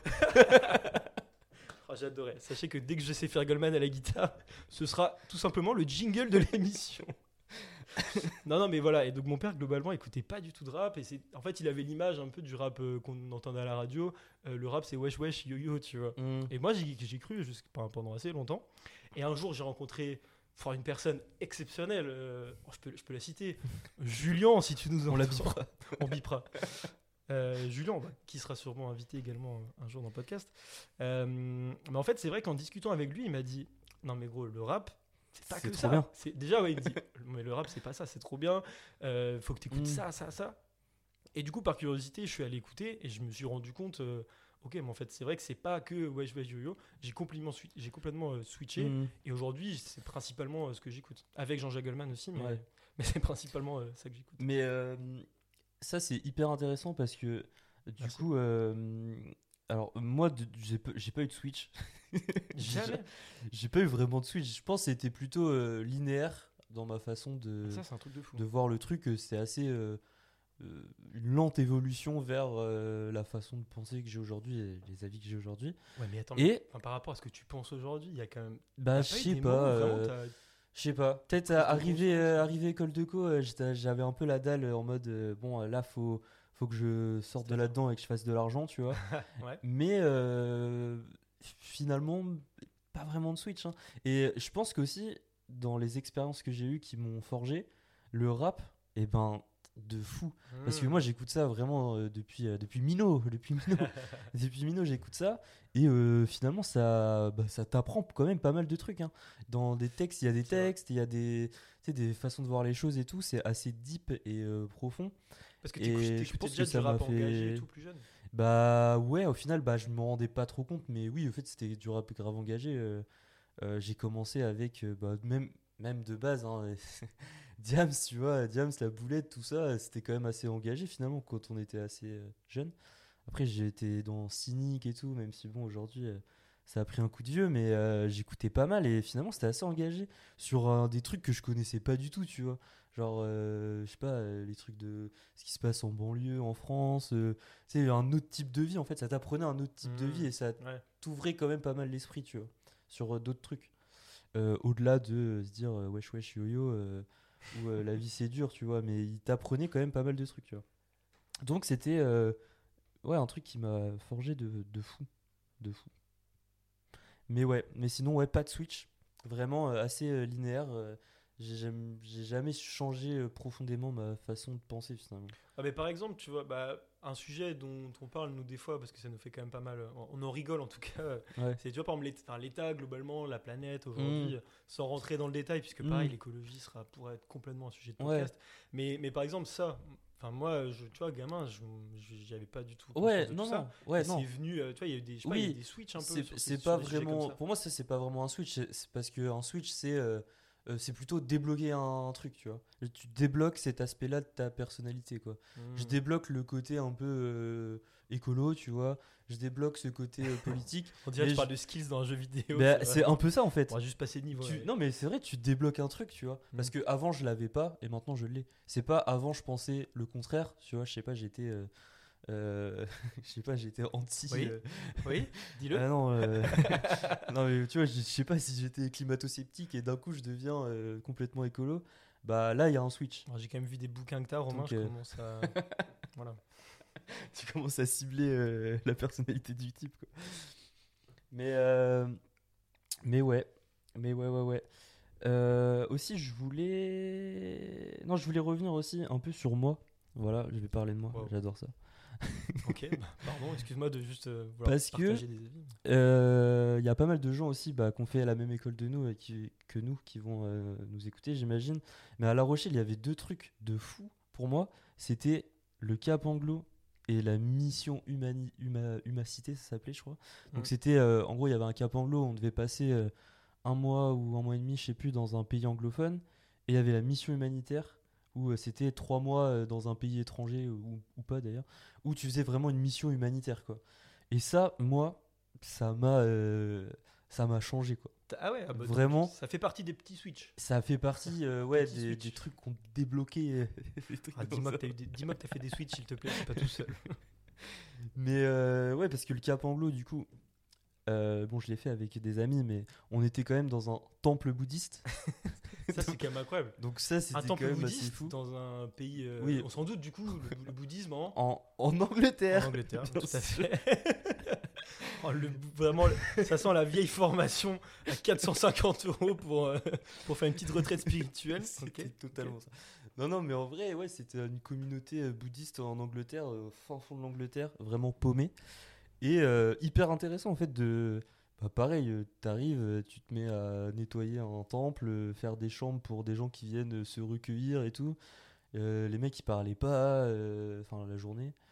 [SPEAKER 2] Oh, j'adorais. Sachez que dès que je sais faire Goldman à la guitare, ce sera tout simplement le jingle de l'émission. non, non, mais voilà. Et donc, mon père, globalement, écoutait pas du tout de rap. Et c'est... En fait, il avait l'image un peu du rap euh, qu'on entendait à la radio. Euh, le rap, c'est wesh wesh, yo yo, tu vois.
[SPEAKER 1] Mmh.
[SPEAKER 2] Et moi, j'y, j'y cru jusqu'à- pendant assez longtemps. Et un jour, j'ai rencontré enfin, une personne exceptionnelle. euh, oh, je, peux, je peux la citer. Julien, si tu nous entends.
[SPEAKER 1] On la bipera.
[SPEAKER 2] On bipera. Euh, Julien, bah, qui sera sûrement invité également euh, un jour dans le podcast. Euh, mais en fait, c'est vrai qu'en discutant avec lui, il m'a dit non, mais gros, le rap, c'est pas
[SPEAKER 1] C'est
[SPEAKER 2] que
[SPEAKER 1] trop
[SPEAKER 2] ça.
[SPEAKER 1] bien.
[SPEAKER 2] C'est... Déjà, ouais, il me dit mais le rap, c'est pas ça, c'est trop bien. Euh, faut que tu écoutes
[SPEAKER 1] Mm.
[SPEAKER 2] ça, ça, ça. Et du coup, par curiosité, je suis allé écouter et je me suis rendu compte. euh, Ok, mais en fait, c'est vrai que c'est pas que Wesh Wesh Yo Yo. J'ai complètement, swi- j'ai complètement euh, switché.
[SPEAKER 1] Mmh.
[SPEAKER 2] Et aujourd'hui, c'est principalement euh, ce que j'écoute. Avec Jean-Jacques Goldman aussi. Mais,
[SPEAKER 1] Ouais.
[SPEAKER 2] Mais c'est principalement euh, ça que j'écoute.
[SPEAKER 1] Mais euh, ça, c'est hyper intéressant parce que du
[SPEAKER 2] Merci.
[SPEAKER 1] coup, euh, alors moi, de- j'ai pas j'ai pas eu de Switch. J'ai ja-
[SPEAKER 2] Jamais.
[SPEAKER 1] j'ai pas eu vraiment de Switch. Je pense que c'était plutôt euh, linéaire dans ma façon
[SPEAKER 2] Ah,
[SPEAKER 1] de,
[SPEAKER 2] ça, c'est un truc de fou.
[SPEAKER 1] de voir le truc. C'est assez euh, euh, une lente évolution vers euh, la façon de penser que j'ai aujourd'hui et les avis que j'ai aujourd'hui.
[SPEAKER 2] Ouais, mais attends, mais,
[SPEAKER 1] Et
[SPEAKER 2] enfin, par rapport à ce que tu penses aujourd'hui, il y a quand même.
[SPEAKER 1] bah,
[SPEAKER 2] T'as
[SPEAKER 1] je
[SPEAKER 2] pas eu
[SPEAKER 1] sais
[SPEAKER 2] des
[SPEAKER 1] pas.
[SPEAKER 2] moments où vraiment
[SPEAKER 1] euh,
[SPEAKER 2] t'as.
[SPEAKER 1] Je sais pas, peut-être
[SPEAKER 2] Prise
[SPEAKER 1] à-
[SPEAKER 2] de
[SPEAKER 1] arrivé,
[SPEAKER 2] conscience,
[SPEAKER 1] euh,
[SPEAKER 2] euh.
[SPEAKER 1] arrivé école de co, euh, j'étais- j'avais un peu la dalle euh, en mode euh, bon, euh, là faut, faut que je sorte de
[SPEAKER 2] C'est-à-dire.
[SPEAKER 1] là-dedans et que je fasse de l'argent, tu vois.
[SPEAKER 2] Ouais.
[SPEAKER 1] Mais euh, finalement, pas vraiment de Switch, hein. Et je pense qu'aussi, dans les expériences que j'ai eues qui m'ont forgé, le rap, et ben, de fou. Parce que
[SPEAKER 2] Hmm.
[SPEAKER 1] moi, j'écoute ça vraiment euh, depuis, euh, depuis Mino. Depuis Mino, depuis Mino, j'écoute ça. Et euh, finalement, ça, bah, ça t'apprend quand même pas mal de trucs, hein. Dans des textes, il y a des
[SPEAKER 2] C'est vrai.
[SPEAKER 1] textes, il y a des, tu sais, des façons de voir les choses et tout. C'est assez deep et euh, profond.
[SPEAKER 2] Parce que t'écou-
[SPEAKER 1] Et je
[SPEAKER 2] t'écoutais
[SPEAKER 1] pense que
[SPEAKER 2] déjà du
[SPEAKER 1] ça m'a
[SPEAKER 2] rap engagé et
[SPEAKER 1] fait.
[SPEAKER 2] tout plus jeune.
[SPEAKER 1] Bah ouais, au final, bah, je me rendais pas trop compte. Mais oui, au fait, c'était du rap grave engagé. euh, euh, j'ai commencé avec, euh, bah, même, même de base, hein, Diams, tu vois, Diams, la boulette, tout ça, c'était quand même assez engagé finalement quand on était assez euh, jeune. Après, j'ai été dans Cynic et tout, même si bon, aujourd'hui, euh, ça a pris un coup de vieux, mais euh, j'écoutais pas mal et finalement, c'était assez engagé sur euh, des trucs que je connaissais pas du tout, tu vois. Genre, euh, je sais pas, euh, les trucs de ce qui se passe en banlieue, en France, euh, tu sais, un autre type de vie, en fait, ça t'apprenait un autre type de vie
[SPEAKER 2] Hmm.
[SPEAKER 1] et ça
[SPEAKER 2] Ouais.
[SPEAKER 1] t'ouvrait quand même pas mal l'esprit, tu vois, sur euh, d'autres trucs. Euh, au-delà de euh, se dire, euh, wesh, wesh, yo-yo, euh, ou euh, la vie c'est dur, tu vois, mais il t'apprenait quand même pas mal de trucs, tu vois. Donc, c'était. euh, Ouais, un truc qui m'a forgé de, de fou. De fou. Mais ouais, mais sinon, ouais, pas de Switch. Vraiment euh, assez euh, linéaire. euh, j'ai jamais, j'ai jamais changé euh, profondément ma façon de penser finalement.
[SPEAKER 2] Ah, mais par exemple, tu vois, bah, un sujet dont on parle nous des fois, parce que ça nous fait quand même pas mal, euh, on en rigole en tout cas, euh,
[SPEAKER 1] Ouais.
[SPEAKER 2] c'est tu vois par exemple l'État, enfin, l'État, globalement, la planète
[SPEAKER 1] Hmm,
[SPEAKER 2] aujourd'hui, euh, sans rentrer dans le détail, puisque pareil,
[SPEAKER 1] hmm,
[SPEAKER 2] l'écologie sera pourrait être complètement un sujet de
[SPEAKER 1] ouais.
[SPEAKER 2] podcast. Mais, mais par exemple ça, enfin moi, je, tu vois, gamin, je je- j'y avais pas du tout conscience
[SPEAKER 1] Ouais,
[SPEAKER 2] de tout
[SPEAKER 1] non,
[SPEAKER 2] ça.
[SPEAKER 1] non. Ouais,
[SPEAKER 2] Et c'est
[SPEAKER 1] non.
[SPEAKER 2] venu, euh, tu vois, il y a eu des, je sais pas, il y a eu
[SPEAKER 1] Oui,
[SPEAKER 2] des switches un peu
[SPEAKER 1] c'est
[SPEAKER 2] sur, ces,
[SPEAKER 1] c'est
[SPEAKER 2] sur
[SPEAKER 1] pas
[SPEAKER 2] des sujets comme
[SPEAKER 1] vraiment.
[SPEAKER 2] ça.
[SPEAKER 1] Pour moi, ça, c'est pas vraiment un Switch. C'est c'est parce qu'un Switch, c'est euh, euh, c'est plutôt débloquer un, truc, tu vois. Et tu débloques cet aspect-là de ta personnalité, quoi. Je
[SPEAKER 2] Hmm.
[SPEAKER 1] débloque le côté un peu euh, écolo, tu vois. Je débloque ce côté euh, politique.
[SPEAKER 2] On dirait que
[SPEAKER 1] Mais
[SPEAKER 2] tu parles
[SPEAKER 1] je-
[SPEAKER 2] de skills dans un jeu vidéo,
[SPEAKER 1] bah,
[SPEAKER 2] c'est
[SPEAKER 1] c'est un
[SPEAKER 2] vraiment.
[SPEAKER 1] peu ça, en
[SPEAKER 2] On
[SPEAKER 1] fait.
[SPEAKER 2] va juste passer de niveau.
[SPEAKER 1] Tu...
[SPEAKER 2] Ouais.
[SPEAKER 1] Non, mais c'est vrai, tu débloques un truc, tu vois.
[SPEAKER 2] Hmm.
[SPEAKER 1] Parce que avant je l'avais pas et maintenant je l'ai. C'est pas avant, je pensais le contraire, tu vois. Je sais pas, j'étais. euh, euh, je sais pas, j'étais anti.
[SPEAKER 2] Oui,
[SPEAKER 1] euh,
[SPEAKER 2] oui, dis-le.
[SPEAKER 1] Ah non, euh, non mais tu vois, je je sais pas si j'étais climato-sceptique et d'un coup je deviens euh, complètement écolo. Bah là, il y a un switch.
[SPEAKER 2] Alors, j'ai quand même vu des bouquins que t'as, Romain,
[SPEAKER 1] Donc
[SPEAKER 2] je
[SPEAKER 1] euh,
[SPEAKER 2] commence à. Voilà.
[SPEAKER 1] tu commences à cibler euh, la personnalité du type, quoi. Mais, euh, mais ouais, mais ouais, ouais, ouais. Euh, aussi, je voulais. Non, je voulais revenir aussi un peu sur moi. Voilà, je vais parler de moi,
[SPEAKER 2] Wow.
[SPEAKER 1] j'adore ça.
[SPEAKER 2] Ok, bah, pardon, excuse-moi de juste euh, vouloir
[SPEAKER 1] Parce que
[SPEAKER 2] partager des avis.
[SPEAKER 1] euh, il y a pas mal de gens aussi bah, qui ont fait la même école de nous et qui, que nous qui vont euh, nous écouter, j'imagine. Mais à La Rochelle, il y avait deux trucs de fou pour moi. C'était le Cap Anglo et la mission Humani- Huma- Humacité, ça s'appelait, je crois. Donc
[SPEAKER 2] Hmm.
[SPEAKER 1] c'était, euh, en gros, il y avait un Cap Anglo, on devait passer euh, un mois ou un mois et demi, je sais plus, dans un pays anglophone. Et il y avait la mission humanitaire où euh, c'était trois mois euh, dans un pays étranger ou, ou pas d'ailleurs, où tu faisais vraiment une mission humanitaire, quoi. Et ça, moi, ça m'a euh, ça m'a changé, quoi.
[SPEAKER 2] T'as- Ah ouais, ah bah donc,
[SPEAKER 1] Vraiment,
[SPEAKER 2] ça fait partie des petits switch.
[SPEAKER 1] ça fait partie euh,
[SPEAKER 2] Des
[SPEAKER 1] ouais,
[SPEAKER 2] petits
[SPEAKER 1] des,
[SPEAKER 2] switch.
[SPEAKER 1] des trucs qu'on débloqué. euh, des trucs
[SPEAKER 2] Ah,
[SPEAKER 1] comme
[SPEAKER 2] dis-moi
[SPEAKER 1] ça.
[SPEAKER 2] que t'as eu des- dis-moi que t'as fait des switch, s'il te plaît, je suis pas tout seul.
[SPEAKER 1] Mais euh, ouais, parce que le Cap Anglo, du coup, euh, bon, je l'ai fait avec des amis, mais on était quand même dans un temple bouddhiste.
[SPEAKER 2] Ça, c'est
[SPEAKER 1] donc,
[SPEAKER 2] quand même incroyable.
[SPEAKER 1] donc ça,
[SPEAKER 2] Un
[SPEAKER 1] c'était quand
[SPEAKER 2] temple
[SPEAKER 1] même assez
[SPEAKER 2] bouddhiste
[SPEAKER 1] fou.
[SPEAKER 2] dans un pays. euh,
[SPEAKER 1] Oui.
[SPEAKER 2] On s'en doute, du coup, le, le bouddhisme en,
[SPEAKER 1] En, en
[SPEAKER 2] en
[SPEAKER 1] Angleterre.
[SPEAKER 2] Angleterre,
[SPEAKER 1] Bien
[SPEAKER 2] tout à
[SPEAKER 1] sûr.
[SPEAKER 2] fait. Oh, le, vraiment, le- ça sent la vieille formation à quatre cent cinquante euros pour, euh, pour faire une petite retraite spirituelle.
[SPEAKER 1] C'était
[SPEAKER 2] Ok.
[SPEAKER 1] totalement ça. Non, non, mais en vrai, ouais, c'était une communauté euh, bouddhiste en Angleterre, euh, au fin fond de l'Angleterre, vraiment paumée. Et euh, hyper intéressant en fait de. Bah, pareil, euh, t'arrives, euh, tu te mets à nettoyer un temple, euh, faire des chambres pour des gens qui viennent euh, se recueillir et tout. Euh, les mecs ils parlaient pas, euh, enfin la journée.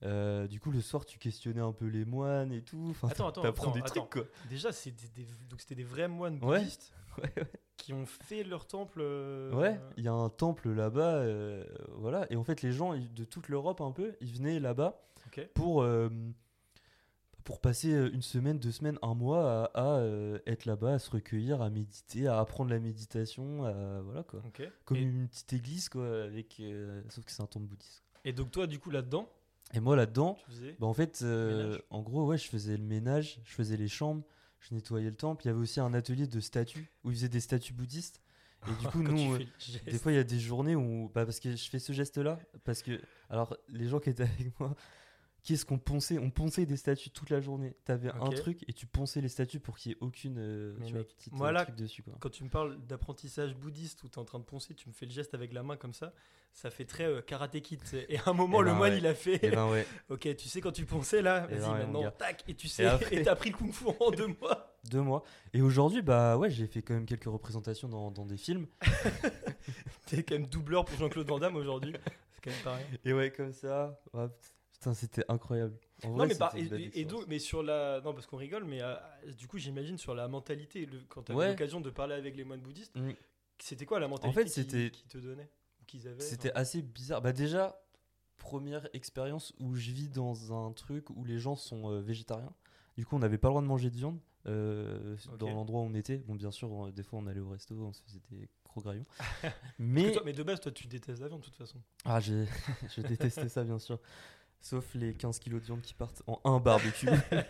[SPEAKER 1] Euh, du coup, le soir, tu questionnais un peu les moines et tout. Enfin,
[SPEAKER 2] Attends, attends,
[SPEAKER 1] t'apprends
[SPEAKER 2] attends,
[SPEAKER 1] des
[SPEAKER 2] attends.
[SPEAKER 1] trucs, quoi.
[SPEAKER 2] Déjà, c'est des, des- donc c'était des vrais moines
[SPEAKER 1] Ouais.
[SPEAKER 2] bouddhistes
[SPEAKER 1] Ouais, ouais.
[SPEAKER 2] qui ont fait leur temple. euh,
[SPEAKER 1] Ouais, il y a un temple là-bas, euh, voilà. Et en fait, les gens ils- de toute l'Europe, un peu, ils venaient là-bas
[SPEAKER 2] Ok.
[SPEAKER 1] pour, euh, pour passer euh, une semaine, deux semaines, un mois à, à, euh, être là-bas, à se recueillir, à méditer, à apprendre la méditation, à, voilà, quoi.
[SPEAKER 2] Ok.
[SPEAKER 1] Comme
[SPEAKER 2] Et,
[SPEAKER 1] une petite église, quoi, avec, euh, sauf que c'est un temple bouddhiste.
[SPEAKER 2] et donc toi, du coup, là-dedans,
[SPEAKER 1] Et moi, là-dedans,
[SPEAKER 2] tu faisais.
[SPEAKER 1] bah, en fait, euh,
[SPEAKER 2] Ménage.
[SPEAKER 1] en gros, ouais, je faisais le ménage, je faisais les chambres, je nettoyais le temple. Il y avait aussi un atelier de statues où ils faisaient des statues bouddhistes. Et du coup,
[SPEAKER 2] Quand tu
[SPEAKER 1] nous, euh,
[SPEAKER 2] fais le geste.
[SPEAKER 1] des fois, il y a des journées où, bah, parce que je fais ce geste-là, parce que, alors, les gens qui étaient avec moi, qu'est-ce qu'on ponçait? On ponçait des statues toute la journée. T'avais un
[SPEAKER 2] Ok.
[SPEAKER 1] truc et tu ponçais les statues pour qu'il y ait aucune, euh,
[SPEAKER 2] Mais
[SPEAKER 1] tu vois,
[SPEAKER 2] mec,
[SPEAKER 1] petite
[SPEAKER 2] moi,
[SPEAKER 1] euh,
[SPEAKER 2] là,
[SPEAKER 1] truc dessus, quoi.
[SPEAKER 2] Quand tu me parles d'apprentissage bouddhiste où tu es en train de poncer, tu me fais le geste avec la main comme ça, ça fait très euh, karaté kid. tu sais. Et à un moment,
[SPEAKER 1] Eh
[SPEAKER 2] le
[SPEAKER 1] ben
[SPEAKER 2] moine
[SPEAKER 1] ouais.
[SPEAKER 2] il a fait
[SPEAKER 1] Et ben ouais,
[SPEAKER 2] ok, tu sais, quand tu ponçais là,
[SPEAKER 1] Eh
[SPEAKER 2] vas-y
[SPEAKER 1] ben ouais, mon
[SPEAKER 2] maintenant,
[SPEAKER 1] gars.
[SPEAKER 2] tac, et tu sais,
[SPEAKER 1] après-
[SPEAKER 2] et t'as appris le kung fu en deux mois.
[SPEAKER 1] deux mois. Et aujourd'hui, bah ouais, j'ai fait quand même quelques représentations dans, dans des films.
[SPEAKER 2] T'es quand même doubleur pour Jean-Claude Van Damme aujourd'hui. C'est quand même pareil.
[SPEAKER 1] Et ouais, comme ça. Ouais, putain, c'était incroyable. En
[SPEAKER 2] Non,
[SPEAKER 1] vrai,
[SPEAKER 2] mais, par-
[SPEAKER 1] c'était
[SPEAKER 2] et,
[SPEAKER 1] une belle
[SPEAKER 2] et- et
[SPEAKER 1] expérience.
[SPEAKER 2] donc, mais sur la. Non, parce qu'on rigole, mais euh, du coup, j'imagine sur la mentalité, le- quand tu as
[SPEAKER 1] Ouais.
[SPEAKER 2] l'occasion de parler avec les moines bouddhistes,
[SPEAKER 1] Mm.
[SPEAKER 2] c'était quoi la mentalité
[SPEAKER 1] fait,
[SPEAKER 2] qu'ils-
[SPEAKER 1] c'était-
[SPEAKER 2] qu'ils te donnaient ou qu'ils avaient
[SPEAKER 1] C'était
[SPEAKER 2] enfin,
[SPEAKER 1] assez bizarre. Bah déjà, première expérience où je vis dans un truc où les gens sont euh, végétariens. Du coup, on n'avait pas le droit de manger de viande euh,
[SPEAKER 2] Ok.
[SPEAKER 1] dans l'endroit où on était. Bon, bien sûr, on- des fois, on allait au resto, on se faisait des gros graillons.
[SPEAKER 2] Parce
[SPEAKER 1] Mais
[SPEAKER 2] que toi- mais de base, toi, tu détestes la viande de toute façon.
[SPEAKER 1] ah, j'ai- je détestais ça, bien sûr. Sauf les quinze kilos de viande qui partent en un barbecue.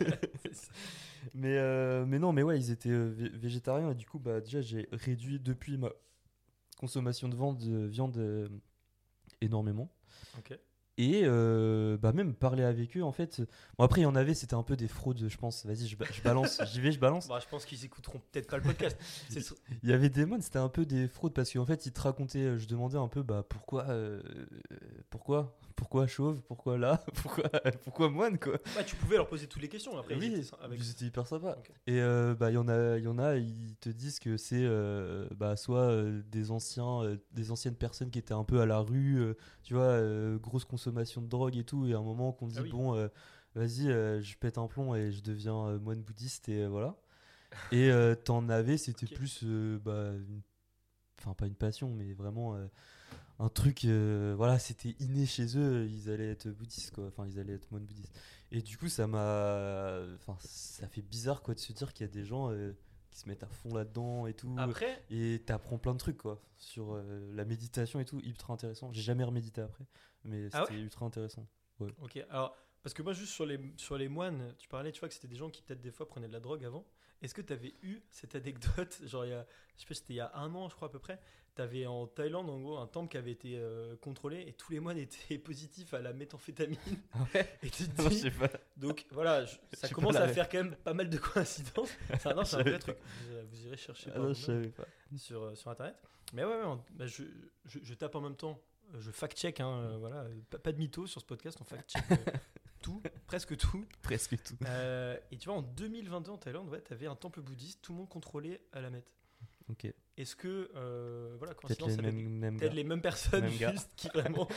[SPEAKER 1] mais, euh, mais non, mais ouais, ils étaient euh, vé- végétariens et du coup, bah, déjà, j'ai réduit depuis ma consommation de viande, de viande euh, énormément.
[SPEAKER 2] Ok.
[SPEAKER 1] Et euh, bah même parler avec eux, en fait. Bon, après, il y en avait, c'était un peu des fraudes, je pense. Vas-y, je, ba- je balance, j'y vais, je balance.
[SPEAKER 2] Bah, je pense qu'ils écouteront peut-être pas le podcast. C'est sur-
[SPEAKER 1] Il y avait des moines, c'était un peu des fraudes parce qu'en fait, ils te racontaient, euh, je demandais un peu, bah pourquoi, euh, pourquoi, pourquoi chauve, pourquoi là, pourquoi, pourquoi moine, quoi.
[SPEAKER 2] Bah, tu pouvais leur poser toutes les questions après. ils
[SPEAKER 1] Oui,
[SPEAKER 2] étaient sans- avec...
[SPEAKER 1] ils étaient hyper sympas.
[SPEAKER 2] Ok.
[SPEAKER 1] Et euh, bah il y en a, il y en a, ils te disent que c'est euh, bah soit euh, des anciens, euh, des anciennes personnes qui étaient un peu à la rue, euh, tu vois, euh, grosse consommation de drogue et tout, et à un moment qu'on dit
[SPEAKER 2] Ah oui.
[SPEAKER 1] bon, euh, vas-y, euh, je pète un plomb et je deviens euh, moine bouddhiste et euh, voilà. Et euh, t'en avais, c'était
[SPEAKER 2] Ok.
[SPEAKER 1] plus, euh, bah, une- enfin pas une passion, mais vraiment euh, un truc, euh, voilà, c'était inné chez eux, ils allaient être bouddhistes, quoi, enfin ils allaient être moines bouddhistes. Et du coup, ça m'a, enfin ça fait bizarre, quoi, de se dire qu'il y a des gens euh, qui se mettent à fond là-dedans et tout,
[SPEAKER 2] Après,
[SPEAKER 1] et t'apprends plein de trucs, quoi, sur euh, la méditation et tout, ultra intéressant. J'ai jamais remédité après, mais c'était
[SPEAKER 2] Ah ouais
[SPEAKER 1] ultra intéressant.
[SPEAKER 2] ok. Alors, parce que moi, juste sur les, sur les moines, tu parlais, tu vois, que c'était des gens qui peut-être des fois prenaient de la drogue avant. Est-ce que tu avais eu cette anecdote, genre, il y a, je sais pas, c'était il y a un an, je crois, à peu près. Tu avais en Thaïlande, en gros, un temple qui avait été euh, contrôlé et tous les moines étaient positifs à la méthamphétamine.
[SPEAKER 1] Ah ouais.
[SPEAKER 2] Et tu te
[SPEAKER 1] Non, je
[SPEAKER 2] dis,
[SPEAKER 1] sais pas.
[SPEAKER 2] donc voilà, je- ça
[SPEAKER 1] J'ai
[SPEAKER 2] commence
[SPEAKER 1] pas la
[SPEAKER 2] à
[SPEAKER 1] ref.
[SPEAKER 2] faire quand même pas mal de coïncidences. Ça, non, c'est un
[SPEAKER 1] Je
[SPEAKER 2] vrai
[SPEAKER 1] savais
[SPEAKER 2] truc. Vous, vous irez chercher
[SPEAKER 1] Ah
[SPEAKER 2] par
[SPEAKER 1] non, je
[SPEAKER 2] vous-même
[SPEAKER 1] savais pas.
[SPEAKER 2] sur, euh, sur internet. Mais ouais, ouais, on- bah, je, je, je tape en même temps, euh, je fact-check, hein, euh, voilà, euh, pas, pas de mytho sur ce podcast, on fact-check euh, tout, presque tout.
[SPEAKER 1] Presque tout.
[SPEAKER 2] Euh, et tu vois, en deux mille vingt-deux en Thaïlande, ouais, tu avais un temple bouddhiste, tout le monde contrôlé à la meth.
[SPEAKER 1] Ok.
[SPEAKER 2] Est-ce que, euh, voilà,
[SPEAKER 1] Peut-être
[SPEAKER 2] coïncidence
[SPEAKER 1] les
[SPEAKER 2] avec
[SPEAKER 1] mêmes, mêmes
[SPEAKER 2] peut-être
[SPEAKER 1] gars.
[SPEAKER 2] les mêmes personnes
[SPEAKER 1] Même gars.
[SPEAKER 2] juste qui vraiment.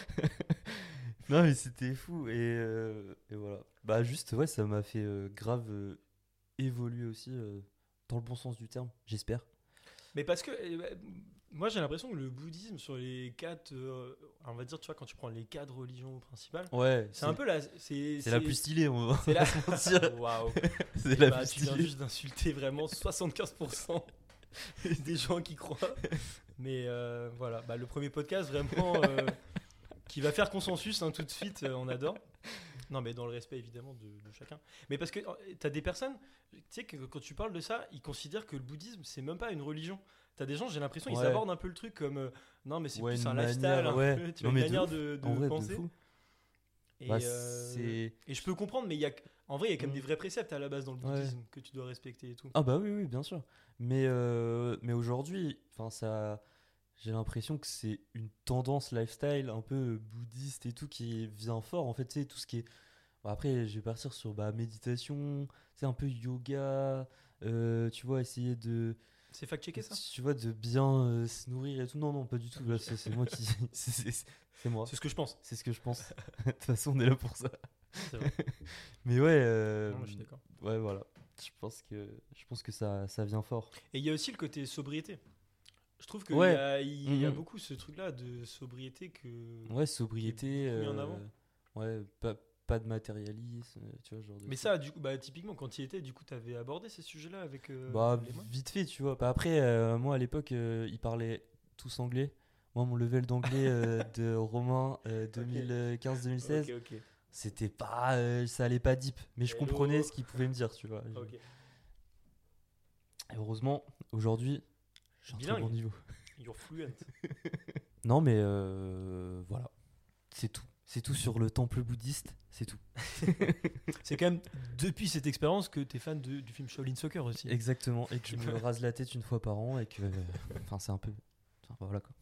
[SPEAKER 1] Non mais c'était fou et, euh, et voilà. Bah juste ouais ça m'a fait euh, grave euh, évoluer aussi euh, dans le bon sens du terme, j'espère.
[SPEAKER 2] Mais parce que euh, ouais, moi j'ai l'impression que le bouddhisme sur les quatre, euh, on va dire, tu vois, quand tu prends les quatre religions principales,
[SPEAKER 1] Ouais,
[SPEAKER 2] c'est un peu la, c'est
[SPEAKER 1] c'est la plus stylée, on va
[SPEAKER 2] c'est la.
[SPEAKER 1] pas se mentir.
[SPEAKER 2] Waouh.
[SPEAKER 1] C'est
[SPEAKER 2] Eh
[SPEAKER 1] la
[SPEAKER 2] bah,
[SPEAKER 1] plus
[SPEAKER 2] tu viens
[SPEAKER 1] stylée.
[SPEAKER 2] juste d'insulter vraiment soixante-quinze pour cent des gens qui croient. Mais euh, voilà, bah, le premier podcast vraiment euh, qui va faire consensus hein, tout de suite, euh, on adore. Non, mais dans le respect évidemment de, de chacun. Mais parce que tu as des personnes, tu sais, que quand tu parles de ça, ils considèrent que le bouddhisme, c'est même pas une religion. Tu as des gens, j'ai l'impression, ils
[SPEAKER 1] Ouais.
[SPEAKER 2] abordent un peu le truc comme euh, non, mais c'est
[SPEAKER 1] Ouais,
[SPEAKER 2] plus
[SPEAKER 1] une
[SPEAKER 2] un
[SPEAKER 1] manière,
[SPEAKER 2] lifestyle, un
[SPEAKER 1] ouais.
[SPEAKER 2] peu, tu
[SPEAKER 1] Non,
[SPEAKER 2] vois,
[SPEAKER 1] mais
[SPEAKER 2] une
[SPEAKER 1] de
[SPEAKER 2] manière
[SPEAKER 1] ouf.
[SPEAKER 2] de, de
[SPEAKER 1] En vrai, de
[SPEAKER 2] penser.
[SPEAKER 1] fou.
[SPEAKER 2] Et,
[SPEAKER 1] Bah,
[SPEAKER 2] euh,
[SPEAKER 1] c'est
[SPEAKER 2] et je peux comprendre, mais il y a, en vrai, il y a quand même
[SPEAKER 1] Mm.
[SPEAKER 2] des vrais préceptes à la base dans le
[SPEAKER 1] Ouais.
[SPEAKER 2] bouddhisme que tu dois respecter et tout.
[SPEAKER 1] Ah bah oui oui bien sûr. Mais euh, mais aujourd'hui, enfin ça j'ai l'impression que c'est une tendance lifestyle un peu bouddhiste et tout qui vient fort en fait, tu sais tout ce qui est bon, après je vais partir sur bah méditation, c'est un peu yoga, euh, tu vois essayer de
[SPEAKER 2] C'est fact-checké ça?
[SPEAKER 1] tu vois de bien euh, se nourrir et tout. Non non, pas du tout. Là c'est c'est moi qui c'est c'est- c'est moi.
[SPEAKER 2] C'est ce que je pense.
[SPEAKER 1] C'est ce que je pense. De toute façon, on est là pour ça.
[SPEAKER 2] C'est vrai.
[SPEAKER 1] Mais ouais, euh,
[SPEAKER 2] Non, mais je suis d'accord.
[SPEAKER 1] ouais, voilà. Je pense que, je pense que ça, ça vient fort.
[SPEAKER 2] Et il y a aussi le côté sobriété. Je trouve qu'il y
[SPEAKER 1] Ouais.
[SPEAKER 2] a, il y a
[SPEAKER 1] Mhm.
[SPEAKER 2] beaucoup ce truc-là de sobriété que,
[SPEAKER 1] Ouais,
[SPEAKER 2] qui est
[SPEAKER 1] sobriété.
[SPEAKER 2] beaucoup mis en
[SPEAKER 1] euh,
[SPEAKER 2] avant.
[SPEAKER 1] Ouais, pas, pas de matérialisme, tu vois, ce genre de
[SPEAKER 2] Mais
[SPEAKER 1] truc.
[SPEAKER 2] ça, du coup, bah, typiquement, quand il était, du coup, t'avais abordé ces sujets-là avec euh,
[SPEAKER 1] Bah,
[SPEAKER 2] les mois.
[SPEAKER 1] vite fait, tu vois. Bah, après, euh, moi, à l'époque, euh, ils parlaient tous anglais. Moi, mon level d'anglais euh, de Romain euh,
[SPEAKER 2] Ok,
[SPEAKER 1] deux mille quinze-deux mille seize,
[SPEAKER 2] ok.
[SPEAKER 1] c'était pas. Euh, ça allait pas deep. Mais je comprenais
[SPEAKER 2] Hello.
[SPEAKER 1] ce qu'ils pouvaient me dire, tu vois. Je-
[SPEAKER 2] Ok.
[SPEAKER 1] Et heureusement, aujourd'hui, j'ai un très bon
[SPEAKER 2] Bilingue.
[SPEAKER 1] niveau.
[SPEAKER 2] You're fluent.
[SPEAKER 1] Non, mais euh, voilà. C'est tout. C'est tout sur le temple bouddhiste. C'est tout.
[SPEAKER 2] C'est quand même depuis cette expérience que t'es fan de- du film Shaolin Soccer aussi.
[SPEAKER 1] Exactement. Et que je me rase la tête une fois par an et que. euh, Enfin, c'est un peu. Enfin, voilà quoi.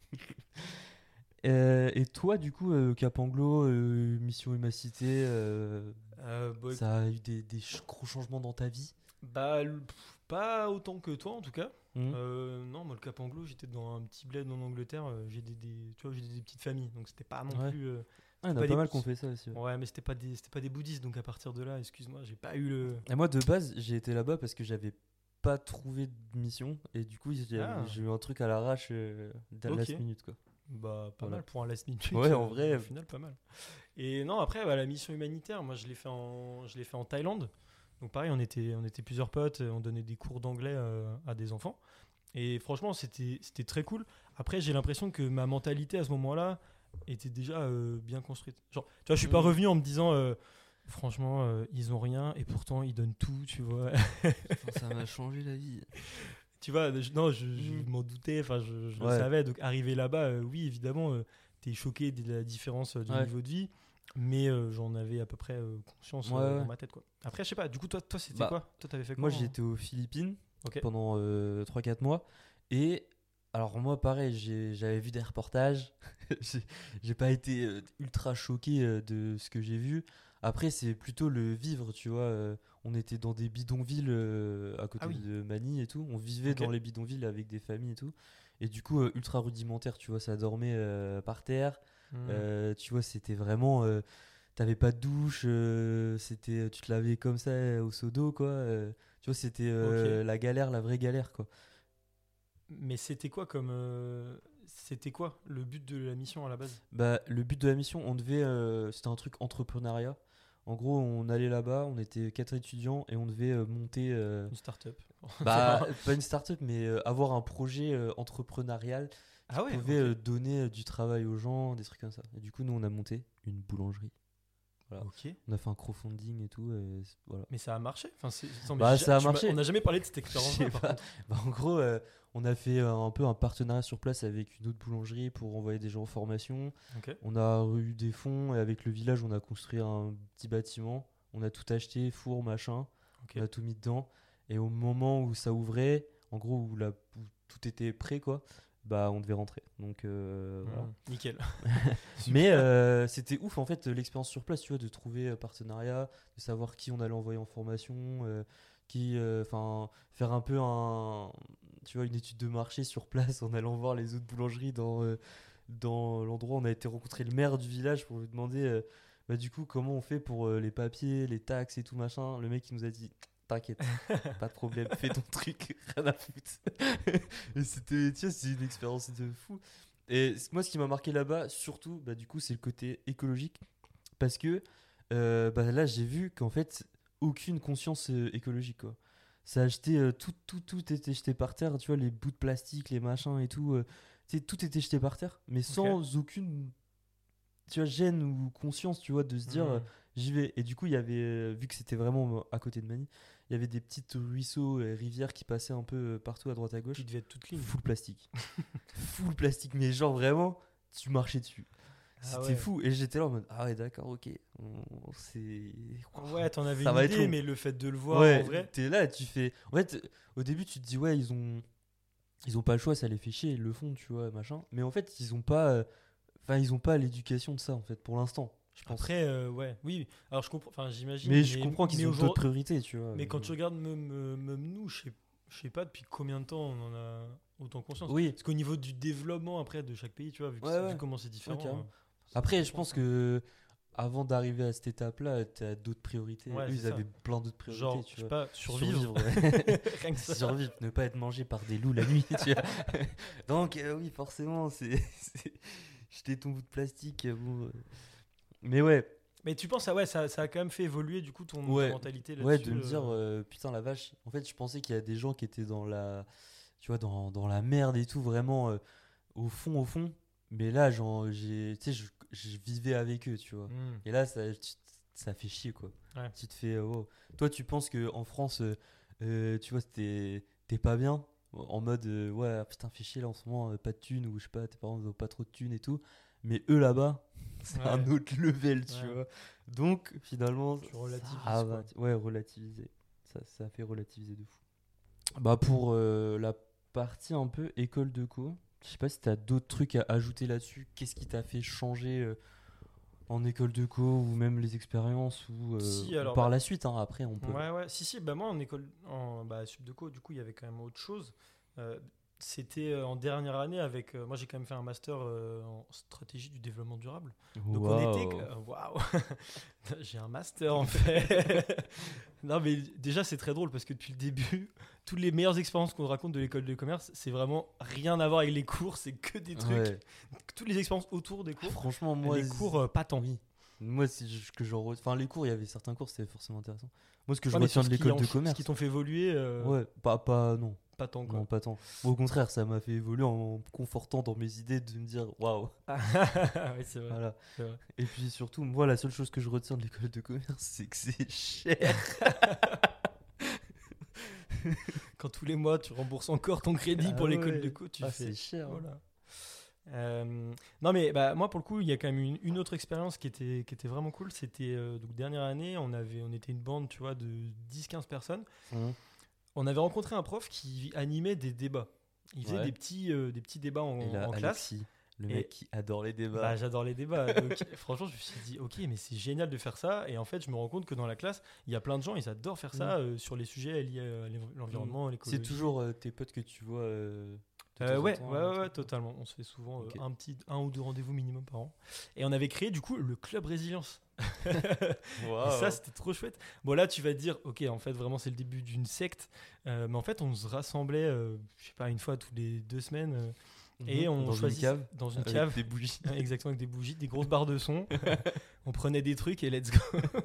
[SPEAKER 1] Euh, et toi, du coup, euh, Cap Anglo, euh, Mission Humacité, euh,
[SPEAKER 2] Euh, bah,
[SPEAKER 1] ça a eu des, des ch- gros changements dans ta vie?
[SPEAKER 2] bah, l- pff, pas autant que toi en tout cas.
[SPEAKER 1] Hmm.
[SPEAKER 2] Euh, non, moi le Cap Anglo, j'étais dans un petit bled en Angleterre. euh, J'ai des, des- tu vois, j'ai des petites familles, donc c'était pas non
[SPEAKER 1] Ouais.
[SPEAKER 2] plus. euh,
[SPEAKER 1] Ah, il y en
[SPEAKER 2] pas
[SPEAKER 1] a pas
[SPEAKER 2] des
[SPEAKER 1] mal
[SPEAKER 2] petits-
[SPEAKER 1] qui ont fait ça aussi. Ouais.
[SPEAKER 2] Ouais, mais c'était pas des, c'était pas des bouddhistes, donc à partir de là, excuse-moi, j'ai pas eu le.
[SPEAKER 1] Et moi, de base, j'ai été là-bas parce que j'avais pas trouvé de mission. Et du coup, j'ai
[SPEAKER 2] Ah.
[SPEAKER 1] j'ai eu un truc à l'arrache euh, de la
[SPEAKER 2] Ok.
[SPEAKER 1] last minute, quoi.
[SPEAKER 2] Bah, pas
[SPEAKER 1] Voilà.
[SPEAKER 2] mal pour un last minute.
[SPEAKER 1] Ouais, en
[SPEAKER 2] euh,
[SPEAKER 1] vrai.
[SPEAKER 2] Au final, pas mal. Et non, après, bah, la mission humanitaire, moi, je l'ai fait en, je l'ai fait en Thaïlande. Donc, pareil, on était, on était plusieurs potes, on donnait des cours d'anglais euh, à des enfants. Et franchement, c'était, c'était très cool. Après, j'ai l'impression que ma mentalité à ce moment-là était déjà euh, bien construite. Genre, tu vois, je suis pas
[SPEAKER 1] Mhm.
[SPEAKER 2] revenu en me disant, euh, franchement, euh, ils ont rien et pourtant ils donnent tout, tu vois.
[SPEAKER 1] Putain, ça m'a changé la vie.
[SPEAKER 2] Tu vois, je- non, je, je
[SPEAKER 1] Mm.
[SPEAKER 2] m'en doutais, enfin, je, je le
[SPEAKER 1] Ouais.
[SPEAKER 2] savais. Donc, arrivé là-bas, euh, oui, évidemment, euh, t'es choqué de la différence euh, du
[SPEAKER 1] Ouais.
[SPEAKER 2] niveau de vie, mais euh, j'en avais à peu près euh, conscience
[SPEAKER 1] Ouais,
[SPEAKER 2] euh,
[SPEAKER 1] ouais.
[SPEAKER 2] dans ma tête, quoi. Après, je sais pas, du coup, toi, toi c'était
[SPEAKER 1] Bah,
[SPEAKER 2] quoi? Toi, t'avais fait quoi?
[SPEAKER 1] Moi,
[SPEAKER 2] en-
[SPEAKER 1] j'étais aux Philippines
[SPEAKER 2] Ok.
[SPEAKER 1] pendant euh, trois quatre mois. Et alors, moi, pareil, j'ai- j'avais vu des reportages. j'ai j'ai pas été euh, ultra choqué euh, de ce que j'ai vu. Après, c'est plutôt le vivre, tu vois. euh, on était dans des bidonvilles euh, à côté
[SPEAKER 2] Ah oui.
[SPEAKER 1] de Manille et tout. On vivait
[SPEAKER 2] Ok.
[SPEAKER 1] dans les bidonvilles avec des familles et tout. Et du coup, euh, ultra rudimentaire, tu vois. Ça dormait euh, par terre.
[SPEAKER 2] Hmm.
[SPEAKER 1] Euh, tu vois, c'était vraiment. euh, T'avais pas de douche. euh, c'était, tu te lavais comme ça euh, au seau d'eau, quoi. euh, tu vois, c'était euh,
[SPEAKER 2] Ok.
[SPEAKER 1] la galère, la vraie galère, quoi.
[SPEAKER 2] Mais c'était quoi comme. euh, C'était quoi le but de la mission à la base?
[SPEAKER 1] Bah, le but de la mission, on devait. euh, c'était un truc entrepreneuriat. En gros, on allait là-bas, on était quatre étudiants et on devait euh, monter. euh,
[SPEAKER 2] Une start-up.
[SPEAKER 1] bah, pas une start-up, mais euh, avoir un projet euh, entrepreneurial
[SPEAKER 2] Ah ouais,
[SPEAKER 1] pouvait
[SPEAKER 2] ok.
[SPEAKER 1] euh, donner euh, du travail aux gens, des trucs comme ça. Et du coup, nous, on a monté une boulangerie. Voilà.
[SPEAKER 2] Ok.
[SPEAKER 1] On a fait un crowdfunding et tout. Et c'est- voilà.
[SPEAKER 2] Mais ça a marché? Enfin, c'est- attends, mais
[SPEAKER 1] Bah,
[SPEAKER 2] j'ai-
[SPEAKER 1] ça a
[SPEAKER 2] tu m'as-
[SPEAKER 1] marché.
[SPEAKER 2] On n'a jamais parlé de cette
[SPEAKER 1] Je
[SPEAKER 2] expérience-là,
[SPEAKER 1] sais
[SPEAKER 2] par
[SPEAKER 1] pas.
[SPEAKER 2] contre.
[SPEAKER 1] Bah, en gros, euh, on a fait euh, un peu un partenariat sur place avec une autre boulangerie pour envoyer des gens en formation.
[SPEAKER 2] Ok.
[SPEAKER 1] On a eu des fonds et avec le village, on a construit un petit bâtiment. On a tout acheté, four, machin.
[SPEAKER 2] Ok.
[SPEAKER 1] On a tout mis dedans. Et au moment où ça ouvrait, en gros, où, la, où tout était prêt, quoi, bah, on devait rentrer. Donc, euh, voilà.
[SPEAKER 2] Hmm, nickel.
[SPEAKER 1] Mais euh, c'était ouf, en fait, l'expérience sur place, tu vois, de trouver un partenariat, de savoir qui on allait envoyer en formation, euh, qui, enfin, faire un peu un, tu vois, une étude de marché sur place en allant voir les autres boulangeries dans, euh, dans l'endroit où on a été rencontrer le maire du village pour lui demander, euh, bah, du coup, comment on fait pour euh, les papiers, les taxes et tout machin. Le mec, il nous a dit, t'inquiète, pas de problème, fais ton truc, rien à foutre. Et c'était, tu vois, c'est une expérience de fou. Et c- moi, ce qui m'a marqué là-bas, surtout, bah, du coup, c'est le côté écologique. Parce que euh, bah, là, j'ai vu qu'en fait, aucune conscience euh, écologique, quoi. Ça a jeté, euh, tout, tout, tout était jeté par terre, tu vois, les bouts de plastique, les machins et tout. euh, tu sais, tout était jeté par terre, mais sans aucune, tu vois, gêne ou conscience, tu vois, de se dire, euh,
[SPEAKER 2] Hmm.
[SPEAKER 1] j'y vais. Et du coup, il y avait, euh, vu que c'était vraiment euh, à côté de Manille, il y avait des petites ruisseaux et rivières qui passaient un peu euh, partout à droite à gauche.
[SPEAKER 2] Qui devait être toute clean.
[SPEAKER 1] Full plastique. Full plastique, mais genre vraiment, tu marchais dessus.
[SPEAKER 2] Ah
[SPEAKER 1] C'était
[SPEAKER 2] ouais.
[SPEAKER 1] fou. Et j'étais là en mode, ah ouais, d'accord, ok. On- C'est.
[SPEAKER 2] Ouais, t'en avais
[SPEAKER 1] Ça
[SPEAKER 2] une
[SPEAKER 1] va être
[SPEAKER 2] idée,
[SPEAKER 1] long.
[SPEAKER 2] mais le fait de le voir
[SPEAKER 1] Ouais,
[SPEAKER 2] en vrai.
[SPEAKER 1] t'es là, tu fais. En fait, au début, tu te dis, ouais, ils ont. Ils ont pas le choix, ça les fait chier, ils le font, tu vois, machin. Mais en fait, ils ont pas. euh, Enfin, ils ont pas l'éducation de ça, en fait, pour l'instant, je pense.
[SPEAKER 2] Après, euh, ouais, oui. Alors je comprends, enfin j'imagine.
[SPEAKER 1] mais je comprends qu'ils
[SPEAKER 2] mais
[SPEAKER 1] ont
[SPEAKER 2] aujourd'hui-
[SPEAKER 1] d'autres priorités, tu vois.
[SPEAKER 2] Mais quand tu
[SPEAKER 1] Euh,
[SPEAKER 2] regardes même, euh, même nous, je sais, je sais pas depuis combien de temps on en a autant conscience.
[SPEAKER 1] Oui.
[SPEAKER 2] Parce qu'au niveau du développement après de chaque pays, tu vois, vu, que
[SPEAKER 1] Ouais,
[SPEAKER 2] c'est-
[SPEAKER 1] ouais.
[SPEAKER 2] vu comment c'est différent.
[SPEAKER 1] Ouais, carrément.
[SPEAKER 2] euh, ça
[SPEAKER 1] Après,
[SPEAKER 2] se
[SPEAKER 1] je pense
[SPEAKER 2] comprend.
[SPEAKER 1] que. avant d'arriver à cette étape-là, t'as d'autres priorités.
[SPEAKER 2] Ouais,
[SPEAKER 1] Eux,
[SPEAKER 2] c'est
[SPEAKER 1] ils
[SPEAKER 2] ça.
[SPEAKER 1] avaient plein d'autres priorités,
[SPEAKER 2] Genre,
[SPEAKER 1] tu
[SPEAKER 2] je sais
[SPEAKER 1] vois.
[SPEAKER 2] pas, survivre.
[SPEAKER 1] ouais.
[SPEAKER 2] Rien que ça.
[SPEAKER 1] Survivre, ne pas être mangé par des loups la nuit, tu vois. Donc, euh, oui, forcément, c'est, c'est jeter ton bout de plastique. euh, bon, euh. Mais ouais,
[SPEAKER 2] Mais tu penses, ah ouais, ça, ça a quand même fait évoluer du coup ton, ton
[SPEAKER 1] ouais,
[SPEAKER 2] mentalité
[SPEAKER 1] ouais,
[SPEAKER 2] là-dessus.
[SPEAKER 1] de me dire,
[SPEAKER 2] euh,
[SPEAKER 1] euh, putain, la vache. En fait, je pensais qu'il y a des gens qui étaient dans la, tu vois, dans, dans la merde et tout, vraiment euh, au fond, au fond. Mais là, genre, j'ai, tu sais, je, je vivais avec eux, tu vois.
[SPEAKER 2] hmm,
[SPEAKER 1] Et là, ça, tu- ça fait chier, quoi.
[SPEAKER 2] Ouais.
[SPEAKER 1] Tu te fais, euh, wow. Toi, tu penses que en France, euh, euh, tu vois, t'es, t'es pas bien, en mode, euh, ouais, ah, putain, fait chier là en ce moment, euh, pas de thunes, ou je sais pas, tes parents n'ont pas trop de thunes et tout. Mais eux là-bas, c'est
[SPEAKER 2] Ouais.
[SPEAKER 1] un autre level, tu
[SPEAKER 2] Ouais.
[SPEAKER 1] vois. Donc, finalement,
[SPEAKER 2] Tu relativises,
[SPEAKER 1] ça va.
[SPEAKER 2] quoi.
[SPEAKER 1] Ouais, relativiser. Ça, ça fait relativiser de fou. Bah, pour euh, la partie un peu école de co, je sais pas si t'as d'autres trucs à ajouter là-dessus. Qu'est-ce qui t'a fait changer euh, en école de co ou même les expériences ou, euh,
[SPEAKER 2] Si,
[SPEAKER 1] ou
[SPEAKER 2] alors,
[SPEAKER 1] par
[SPEAKER 2] bah,
[SPEAKER 1] la suite, hein, après on peut.
[SPEAKER 2] Ouais, ouais, si, si, bah moi en école, en bah, sup de co, du coup, il y avait quand même autre chose. Euh, C'était euh, en dernière année avec. Euh, moi, j'ai quand même fait un master euh, en stratégie du développement durable. Donc, on était.
[SPEAKER 1] Waouh.
[SPEAKER 2] euh, Waouh! J'ai un master en fait! Non, mais déjà, c'est très drôle parce que depuis le début, toutes les meilleures expériences qu'on raconte de l'école de commerce, c'est vraiment rien à voir avec les cours, c'est que des trucs.
[SPEAKER 1] Ouais.
[SPEAKER 2] Toutes les expériences autour des cours.
[SPEAKER 1] Franchement, moi,
[SPEAKER 2] Les cours, euh, pas tant.
[SPEAKER 1] oui. Moi, c'est juste que j'en re- enfin les cours, il y avait certains cours, c'était forcément intéressant. Moi, ce que je
[SPEAKER 2] Ouais, mais
[SPEAKER 1] retiens
[SPEAKER 2] sur
[SPEAKER 1] de
[SPEAKER 2] ce qui,
[SPEAKER 1] l'école
[SPEAKER 2] en-
[SPEAKER 1] de
[SPEAKER 2] ce
[SPEAKER 1] commerce,
[SPEAKER 2] qui t'ont fait évoluer, euh,
[SPEAKER 1] ouais, pas pas non,
[SPEAKER 2] pas tant quoi.
[SPEAKER 1] non pas tant. Moi, au contraire, ça m'a fait évoluer en me confortant dans mes idées de me dire waouh.
[SPEAKER 2] Oui, c'est vrai.
[SPEAKER 1] Voilà.
[SPEAKER 2] c'est vrai.
[SPEAKER 1] Et puis surtout, moi, la seule chose que je retiens de l'école de commerce, c'est que c'est cher.
[SPEAKER 2] Quand tous les mois tu rembourses encore ton crédit
[SPEAKER 1] Ah
[SPEAKER 2] pour l'école
[SPEAKER 1] ouais.
[SPEAKER 2] de co, tu
[SPEAKER 1] Ah,
[SPEAKER 2] fais.
[SPEAKER 1] c'est cher. hein.
[SPEAKER 2] Voilà. Euh, non mais bah, moi pour le coup il y a quand même une, une autre expérience qui était, qui était vraiment cool. C'était euh, donc dernière année, on, avait, on était une bande tu vois, de dix quinze personnes.
[SPEAKER 1] Mhm.
[SPEAKER 2] On avait rencontré un prof qui animait des débats. Il faisait
[SPEAKER 1] Ouais.
[SPEAKER 2] des, petits, euh, des petits débats en,
[SPEAKER 1] Et là,
[SPEAKER 2] en classe.
[SPEAKER 1] Alexis, le
[SPEAKER 2] Et-
[SPEAKER 1] mec qui adore les débats.
[SPEAKER 2] Bah, j'adore les débats. Donc, franchement, je me suis dit, ok, mais c'est génial de faire ça. Et en fait, je me rends compte que dans la classe, il y a plein de gens, ils adorent faire ça euh, sur les sujets liés à l'env- l'environnement, l'écologie.
[SPEAKER 1] c'est toujours euh, tes potes que tu vois. euh, de
[SPEAKER 2] Euh,
[SPEAKER 1] temps en
[SPEAKER 2] ouais,
[SPEAKER 1] temps,
[SPEAKER 2] ouais,
[SPEAKER 1] un
[SPEAKER 2] ouais,
[SPEAKER 1] truc.
[SPEAKER 2] totalement. On se fait souvent euh,
[SPEAKER 1] Ok.
[SPEAKER 2] un petit, un ou deux rendez-vous minimum par an. Et on avait créé du coup le club résilience. Et
[SPEAKER 1] Waouh.
[SPEAKER 2] ça, c'était trop chouette. Bon, là, tu vas te dire, ok, en fait, vraiment, c'est le début d'une secte. Euh, mais en fait, on se rassemblait, euh, je sais pas, une fois tous les deux semaines. euh, et
[SPEAKER 1] Mhm.
[SPEAKER 2] on
[SPEAKER 1] Dans une
[SPEAKER 2] choisissait
[SPEAKER 1] cave
[SPEAKER 2] dans une
[SPEAKER 1] avec
[SPEAKER 2] cave.
[SPEAKER 1] des bougies.
[SPEAKER 2] Exactement, avec des bougies, des grosses barres de son. On prenait des trucs et let's go.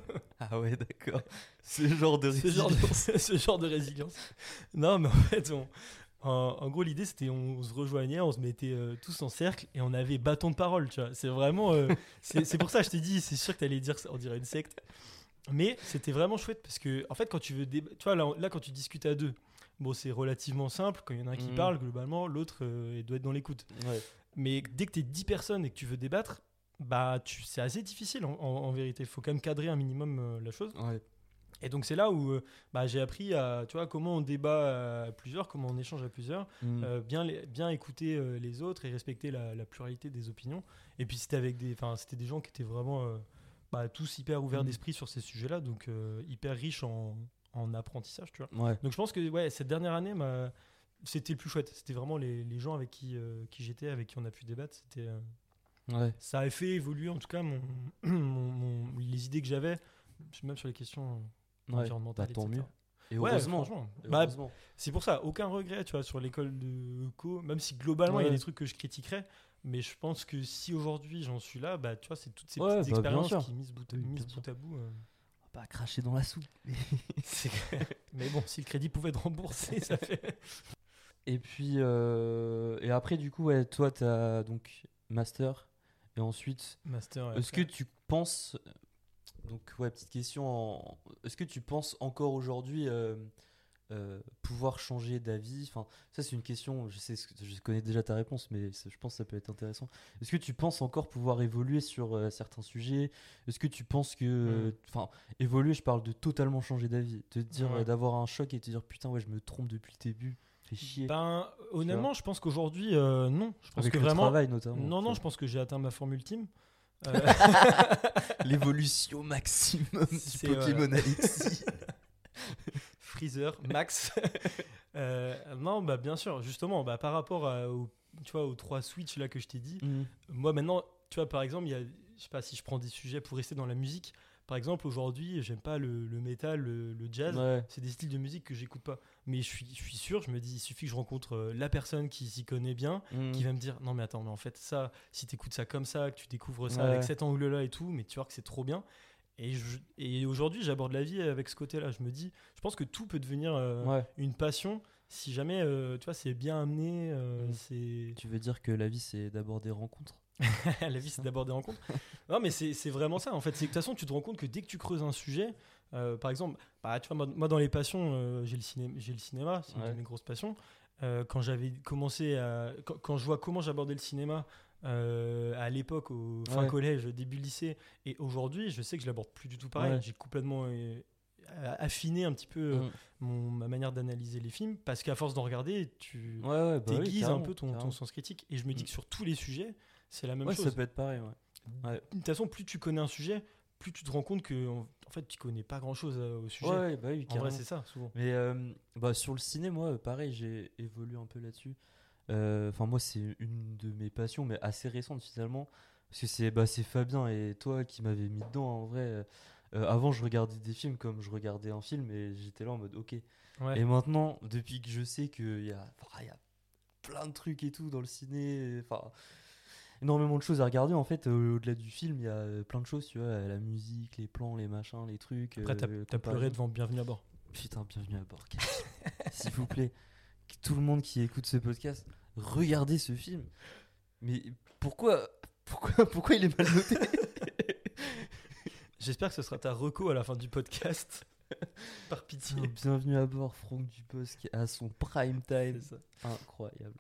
[SPEAKER 1] Ah ouais, d'accord. Ce genre de
[SPEAKER 2] ce, genre de,
[SPEAKER 1] résilience.
[SPEAKER 2] ce genre de résilience. Non, mais en fait, on- en, en gros, l'idée, c'était on se rejoignait, on se mettait euh, tous en cercle et on avait bâton de parole, tu vois. C'est vraiment... euh, c'est c'est pour ça que je t'ai dit, c'est sûr que t'allais dire ça, on dirait une secte. Mais c'était vraiment chouette parce que, en fait, quand tu veux... déba- Tu vois, là, là, quand tu discutes à deux, bon, c'est relativement simple. Quand il y en a un qui
[SPEAKER 1] Mhm.
[SPEAKER 2] parle, globalement, l'autre euh, il doit être dans l'écoute.
[SPEAKER 1] Ouais.
[SPEAKER 2] Mais dès que t'es dix personnes et que tu veux débattre, bah, tu, c'est assez difficile en, en- en vérité. Il faut quand même cadrer un minimum euh, la chose.
[SPEAKER 1] Ouais.
[SPEAKER 2] Et donc c'est là où euh, bah, j'ai appris à, tu vois, comment on débat à plusieurs, comment on échange à plusieurs,
[SPEAKER 1] Mhm.
[SPEAKER 2] euh, bien, les- bien écouter euh, les autres et respecter la, la pluralité des opinions. Et puis c'était avec des, enfin, c'était des gens qui étaient vraiment euh, bah, tous hyper ouverts
[SPEAKER 1] Mhm.
[SPEAKER 2] d'esprit sur ces sujets-là, donc euh, hyper riches en, en apprentissage, tu vois.
[SPEAKER 1] Ouais.
[SPEAKER 2] Donc je pense que ouais, cette dernière année, m'a- c'était le plus chouette. C'était vraiment les, les gens avec qui, euh, qui j'étais, avec qui on a pu débattre. C'était, euh,
[SPEAKER 1] Ouais.
[SPEAKER 2] ça a fait évoluer en tout cas mon, mon- mon- les idées que j'avais, même sur les questions euh,
[SPEAKER 1] Ouais.
[SPEAKER 2] environnementales,
[SPEAKER 1] Bah, tant
[SPEAKER 2] et cetera.
[SPEAKER 1] mieux. Et
[SPEAKER 2] Ouais,
[SPEAKER 1] heureusement.
[SPEAKER 2] franchement.
[SPEAKER 1] Et
[SPEAKER 2] Bah,
[SPEAKER 1] heureusement.
[SPEAKER 2] c'est pour ça, aucun regret, tu vois, sur l'école de co, même si globalement il y a
[SPEAKER 1] Ouais.
[SPEAKER 2] des trucs que je critiquerais, mais je pense que si aujourd'hui j'en suis là, bah tu vois, c'est toutes ces
[SPEAKER 1] Ouais,
[SPEAKER 2] petites
[SPEAKER 1] bah, bien
[SPEAKER 2] expériences
[SPEAKER 1] sûr.
[SPEAKER 2] qui mises bout à,
[SPEAKER 1] Oui,
[SPEAKER 2] mises
[SPEAKER 1] bien
[SPEAKER 2] bout à bout. euh,
[SPEAKER 1] Pas cracher dans la soupe.
[SPEAKER 2] c'est- mais bon, si le crédit pouvait être remboursé, ça fait.
[SPEAKER 1] Et puis, euh, et après, du coup, ouais, toi, t'as donc master. Et ensuite,
[SPEAKER 2] Master.
[SPEAKER 1] est-ce que tu penses. Donc, ouais, petite question. en- Est-ce que tu penses encore aujourd'hui euh, euh, pouvoir changer d'avis? Enfin, ça, c'est une question. Je sais, ce que- je connais déjà ta réponse, mais ça- je pense que ça peut être intéressant. Est-ce que tu penses encore pouvoir évoluer sur euh, certains sujets? Est-ce que tu penses que. euh, Enfin, évoluer, je parle de totalement changer d'avis. Te dire,
[SPEAKER 2] Ouais.
[SPEAKER 1] euh, d'avoir un choc et te dire, putain, ouais, je me trompe depuis le début. Fais chier.
[SPEAKER 2] Ben, honnêtement, je pense qu'aujourd'hui, euh, non. Je pense
[SPEAKER 1] Avec
[SPEAKER 2] que
[SPEAKER 1] le
[SPEAKER 2] vraiment.
[SPEAKER 1] travail, notamment.
[SPEAKER 2] Non,
[SPEAKER 1] tu
[SPEAKER 2] non,
[SPEAKER 1] vois.
[SPEAKER 2] je pense que j'ai atteint ma forme ultime. Euh,
[SPEAKER 1] L'évolution maximum du
[SPEAKER 2] C'est,
[SPEAKER 1] Pokémon
[SPEAKER 2] voilà.
[SPEAKER 1] Alexis.
[SPEAKER 2] Freezer, Max. Euh, non, bah bien sûr, justement, bah, par rapport à, au- tu vois, aux trois Switch là que je t'ai dit,
[SPEAKER 1] Mhm.
[SPEAKER 2] moi maintenant, tu vois, par exemple, il y a, je sais pas si je prends des sujets pour rester dans la musique. Par exemple, aujourd'hui, j'aime pas le, le métal, le, le jazz.
[SPEAKER 1] Ouais.
[SPEAKER 2] C'est des styles de musique que j'écoute pas. Mais je suis, je suis sûr, je me dis, il suffit que je rencontre euh, la personne qui s'y connaît bien,
[SPEAKER 1] Mm.
[SPEAKER 2] qui va me dire, non mais attends, mais en fait ça, si t'écoutes ça comme ça, que tu découvres ça
[SPEAKER 1] Ouais.
[SPEAKER 2] avec cet angle-là et tout, mais tu vois que c'est trop bien. Et, je- et aujourd'hui, j'aborde la vie avec ce côté-là. Je me dis, je pense que tout peut devenir euh,
[SPEAKER 1] Ouais.
[SPEAKER 2] une passion si jamais, euh, tu vois, c'est bien amené. euh,
[SPEAKER 1] Mm.
[SPEAKER 2] c'est
[SPEAKER 1] Tu veux dire que la vie, c'est d'abord des rencontres?
[SPEAKER 2] La vie, c'est d'abord des rencontres. Non, mais c'est c'est vraiment ça. En fait, c'est que de toute façon, tu te rends compte que dès que tu creuses un sujet, euh, par exemple, bah, tu vois, moi, moi, dans les passions, euh, j'ai le cinéma, j'ai le cinéma, c'est une
[SPEAKER 1] Ouais.
[SPEAKER 2] de mes grosses passions. Euh, quand j'avais commencé à, quand, quand je vois comment j'abordais le cinéma euh, à l'époque, au fin
[SPEAKER 1] Ouais.
[SPEAKER 2] collège, début lycée, et aujourd'hui, je sais que je l'aborde plus du tout pareil.
[SPEAKER 1] Ouais.
[SPEAKER 2] J'ai complètement euh, affiné un petit peu euh,
[SPEAKER 1] Mm.
[SPEAKER 2] mon, ma manière d'analyser les films, parce qu'à force d'en regarder, tu
[SPEAKER 1] Ouais, ouais, bah oui,
[SPEAKER 2] t'aiguises un
[SPEAKER 1] carrément,
[SPEAKER 2] peu ton, ton
[SPEAKER 1] carrément.
[SPEAKER 2] sens critique. Et je me dis
[SPEAKER 1] Mm.
[SPEAKER 2] que sur tous les sujets, c'est la même
[SPEAKER 1] Ouais,
[SPEAKER 2] chose.
[SPEAKER 1] ça peut être pareil, ouais. Ouais.
[SPEAKER 2] De toute façon, plus tu connais un sujet, plus tu te rends compte que en, en fait, tu connais pas grand chose au sujet.
[SPEAKER 1] Ouais, bah oui,
[SPEAKER 2] En vrai,
[SPEAKER 1] carrément.
[SPEAKER 2] c'est ça, souvent.
[SPEAKER 1] Mais euh, bah, sur le ciné, moi, euh, pareil, j'ai évolué un peu là-dessus. Euh, Enfin, moi, c'est une de mes passions, mais assez récente finalement. Parce que c'est bah, c'est Fabien et toi qui m'avez mis dedans, en vrai. Euh, euh, avant, je regardais des films comme je regardais un film et j'étais là en mode ok.
[SPEAKER 2] Ouais.
[SPEAKER 1] Et maintenant, depuis que je sais qu'il y a, enfin, il y a plein de trucs et tout dans le ciné, enfin, énormément de choses à regarder en fait. euh, Au-delà du film, il y a euh, plein de choses, tu vois, la musique, les plans, les machins, les trucs.
[SPEAKER 2] Après, t'as
[SPEAKER 1] euh,
[SPEAKER 2] t'as pleuré
[SPEAKER 1] comparaison.
[SPEAKER 2] devant Bienvenue à bord.
[SPEAKER 1] Putain, bienvenue à bord. quel film. S'il vous plaît, que tout le monde qui écoute ce podcast, regardez ce film. Mais pourquoi, pourquoi, pourquoi il est mal noté?
[SPEAKER 2] J'espère que ce sera ta reco à la fin du podcast. Par pitié.
[SPEAKER 1] Putain, bienvenue à bord, Franck Dubosc qui est à son prime time.
[SPEAKER 2] C'est ça.
[SPEAKER 1] Incroyable.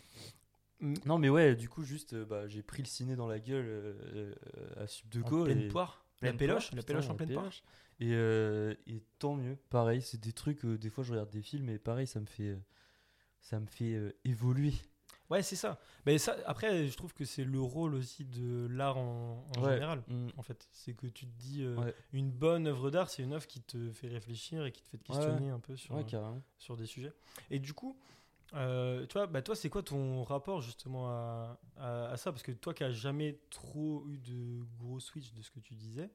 [SPEAKER 2] Mm.
[SPEAKER 1] Non mais ouais, du coup juste, euh, bah, j'ai pris le ciné dans la gueule euh, euh, à Subdeco.
[SPEAKER 2] En pleine
[SPEAKER 1] et...
[SPEAKER 2] poire.
[SPEAKER 1] Pleine
[SPEAKER 2] la péloche,
[SPEAKER 1] poire,
[SPEAKER 2] la
[SPEAKER 1] putain,
[SPEAKER 2] péloche en
[SPEAKER 1] la
[SPEAKER 2] pleine poire.
[SPEAKER 1] péloche. Et, euh, et tant mieux. Pareil, c'est des trucs. euh, des fois, je regarde des films et pareil, ça me fait, euh, ça me fait euh, évoluer.
[SPEAKER 2] Ouais, c'est ça. Mais ça. Après, je trouve que c'est le rôle aussi de l'art en, en
[SPEAKER 1] Ouais.
[SPEAKER 2] général.
[SPEAKER 1] Mm.
[SPEAKER 2] En fait, c'est que tu te dis, euh,
[SPEAKER 1] Ouais.
[SPEAKER 2] une bonne œuvre d'art, c'est une œuvre qui te fait réfléchir et qui te fait te
[SPEAKER 1] Ouais,
[SPEAKER 2] questionner un peu sur,
[SPEAKER 1] Ouais,
[SPEAKER 2] euh,
[SPEAKER 1] carrément.
[SPEAKER 2] sur des sujets. Et du coup, euh, tu vois, bah toi, c'est quoi ton rapport justement à, à, à ça? Parce que toi qui n'as jamais trop eu de gros switch de ce que tu disais,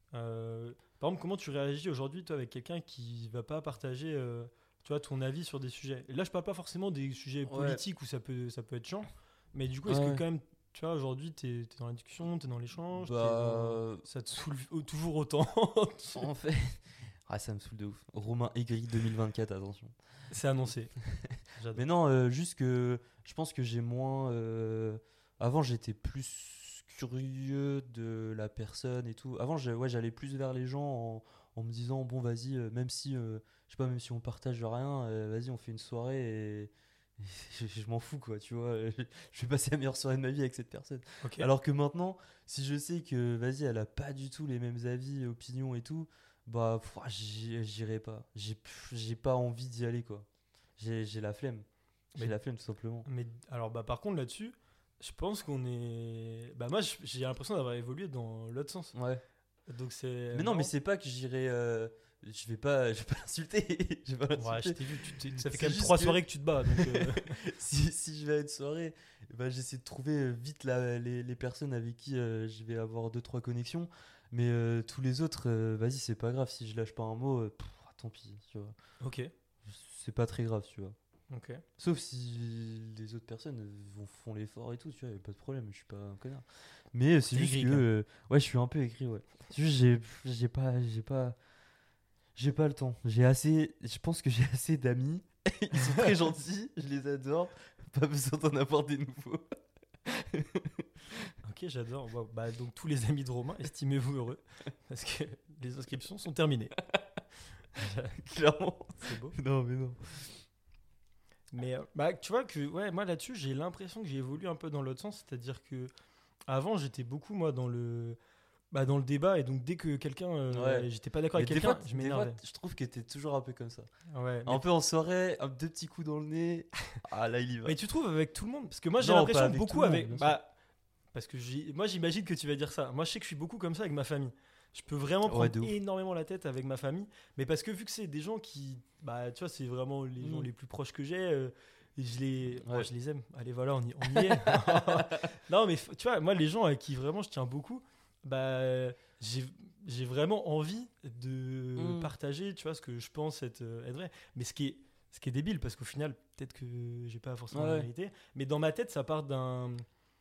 [SPEAKER 2] euh, par exemple, comment tu réagis aujourd'hui, toi, avec quelqu'un qui va pas partager, euh, tu vois, ton avis sur des sujets? Et là, je parle pas forcément des sujets
[SPEAKER 1] Ouais.
[SPEAKER 2] politiques où ça peut, ça peut être chiant, mais du coup,
[SPEAKER 1] Ouais,
[SPEAKER 2] est-ce
[SPEAKER 1] ouais.
[SPEAKER 2] que quand même, tu vois, aujourd'hui, tu es dans la discussion, tu es dans l'échange, t'es
[SPEAKER 1] Bah,
[SPEAKER 2] dans- ça te saoule au- toujours autant?
[SPEAKER 1] en fait. Ah, ça me saoule de ouf. Romain Aigri deux mille vingt-quatre, attention.
[SPEAKER 2] C'est annoncé. J'adore.
[SPEAKER 1] Mais non, euh, juste que je pense que j'ai moins. euh, Avant, j'étais plus curieux de la personne et tout. Avant, j'ai- ouais, j'allais plus vers les gens en, en me disant bon, vas-y, euh, même si, euh, je sais pas, même si on partage rien, euh, vas-y, on fait une soirée et, et je, je m'en fous, quoi, tu vois. Je vais passer la meilleure soirée de ma vie avec cette personne.
[SPEAKER 2] Ok.
[SPEAKER 1] Alors que maintenant, si je sais que, vas-y, elle a pas du tout les mêmes avis, opinions et tout, bah, pff, j'y- j'irai pas. J'ai pff, j'ai pas envie d'y aller, quoi. J'ai j'ai la flemme. J'ai
[SPEAKER 2] Mais-
[SPEAKER 1] la flemme, tout simplement.
[SPEAKER 2] Mais alors, bah, par contre, là-dessus, je pense qu'on est. Bah, moi, je- j'ai l'impression d'avoir évolué dans l'autre sens.
[SPEAKER 1] Ouais.
[SPEAKER 2] Donc, c'est.
[SPEAKER 1] Mais non, mais
[SPEAKER 2] marrant.
[SPEAKER 1] c'est pas que j'irai. euh, Je vais pas, je vais pas l'insulter. Je vais pas
[SPEAKER 2] Ouais, je
[SPEAKER 1] l'insulter.
[SPEAKER 2] t'ai vu, tu t'es- ça fait
[SPEAKER 1] C'est
[SPEAKER 2] quand même
[SPEAKER 1] juste
[SPEAKER 2] trois
[SPEAKER 1] que-
[SPEAKER 2] soirées que tu te bats. Donc, euh,
[SPEAKER 1] si, si je vais à une soirée, bah, j'essaie de trouver euh, vite la- les, les personnes avec qui euh, je vais avoir deux trois connexions. Mais euh, tous les autres, euh, vas-y, c'est pas grave. Si je lâche pas un mot, euh, pff, tant pis, tu vois.
[SPEAKER 2] ok.
[SPEAKER 1] C'est pas très grave, tu vois.
[SPEAKER 2] Ok.
[SPEAKER 1] Sauf si les autres personnes euh, vont, font l'effort et tout, tu vois, y a pas de problème, je suis pas un connard. Mais euh, c'est
[SPEAKER 2] T'es
[SPEAKER 1] juste
[SPEAKER 2] aigri,
[SPEAKER 1] que.
[SPEAKER 2] quand même.
[SPEAKER 1] euh, ouais, je suis un peu écrit, ouais. C'est juste, j'ai, j'ai pas. J'ai pas. J'ai pas le temps. J'ai assez. Je pense que j'ai assez d'amis. Ils sont très gentils, je les adore. Pas besoin d'en avoir des nouveaux.
[SPEAKER 2] Ok, j'adore. Wow. Bah, donc, tous les amis de Romain, estimez-vous heureux. Parce que les inscriptions sont terminées.
[SPEAKER 1] Clairement.
[SPEAKER 2] C'est beau.
[SPEAKER 1] Non, mais non.
[SPEAKER 2] Mais euh, bah, tu vois que ouais, moi là-dessus, j'ai l'impression que j'ai évolué un peu dans l'autre sens. C'est-à-dire que avant, j'étais beaucoup, moi, dans le. Bah, dans le débat, et donc dès que quelqu'un euh,
[SPEAKER 1] Ouais.
[SPEAKER 2] j'étais pas d'accord
[SPEAKER 1] Mais
[SPEAKER 2] avec
[SPEAKER 1] des
[SPEAKER 2] quelqu'un,
[SPEAKER 1] fois,
[SPEAKER 2] je
[SPEAKER 1] des fois,
[SPEAKER 2] m'énervais.
[SPEAKER 1] je trouve que t'es toujours un peu comme ça.
[SPEAKER 2] Ouais,
[SPEAKER 1] Un peu en soirée, un, deux petits coups dans le nez. Ah là, il y va.
[SPEAKER 2] mais tu trouves avec tout le monde? Parce que moi j'ai
[SPEAKER 1] Non,
[SPEAKER 2] l'impression
[SPEAKER 1] pas
[SPEAKER 2] que
[SPEAKER 1] avec
[SPEAKER 2] beaucoup
[SPEAKER 1] tout le monde,
[SPEAKER 2] avec.
[SPEAKER 1] bien sûr.
[SPEAKER 2] Bah, parce que j'ai- moi j'imagine que tu vas dire ça. Moi je sais que je suis beaucoup comme ça avec ma famille. Je peux vraiment
[SPEAKER 1] Ouais,
[SPEAKER 2] prendre
[SPEAKER 1] de ouf.
[SPEAKER 2] énormément la tête avec ma famille. Mais parce que vu que c'est des gens qui. Bah tu vois, c'est vraiment les gens
[SPEAKER 1] Mm.
[SPEAKER 2] les plus proches que j'ai. euh, et je les,
[SPEAKER 1] Ouais.
[SPEAKER 2] moi, je les aime. Allez, voilà, on y, on y est. Non, mais f- tu vois, moi les gens avec qui vraiment je tiens beaucoup. bah, j'ai, j'ai vraiment envie de
[SPEAKER 1] Mm.
[SPEAKER 2] partager, tu vois, ce que je pense être, euh, être vrai. Mais ce qui est, ce qui est débile, parce qu'au final, peut-être que j'ai pas forcément la
[SPEAKER 1] Ouais.
[SPEAKER 2] vérité, mais dans ma tête, ça part d'un,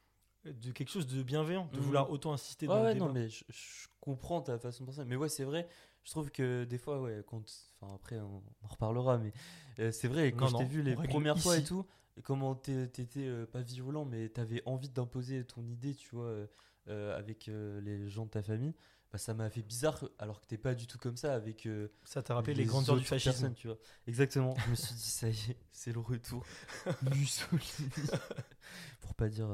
[SPEAKER 2] de quelque chose de bienveillant, de
[SPEAKER 1] Mm.
[SPEAKER 2] vouloir autant insister
[SPEAKER 1] Ouais,
[SPEAKER 2] dans le
[SPEAKER 1] ouais,
[SPEAKER 2] débat.
[SPEAKER 1] non, mais je, je comprends ta façon de penser. Mais ouais, c'est vrai, je trouve que des fois, ouais, quand. Enfin, après, on en reparlera, mais euh, c'est vrai, quand
[SPEAKER 2] Non,
[SPEAKER 1] je t'ai
[SPEAKER 2] non,
[SPEAKER 1] vu
[SPEAKER 2] on
[SPEAKER 1] les
[SPEAKER 2] règle
[SPEAKER 1] premières fois et
[SPEAKER 2] ici.
[SPEAKER 1] tout, comment t'es- t'étais euh, pas violent, mais t'avais envie d'imposer ton idée, tu vois, euh, euh, avec euh, les gens de ta famille, bah, ça m'a fait bizarre, alors que t'es pas du tout comme ça avec euh,
[SPEAKER 2] Ça t'a rappelé les
[SPEAKER 1] les
[SPEAKER 2] grandes heures du
[SPEAKER 1] autres
[SPEAKER 2] fascisme.
[SPEAKER 1] personnes, tu vois. Exactement, je me suis dit, ça y est, c'est le retour. Mussolini. Pour pas dire. euh,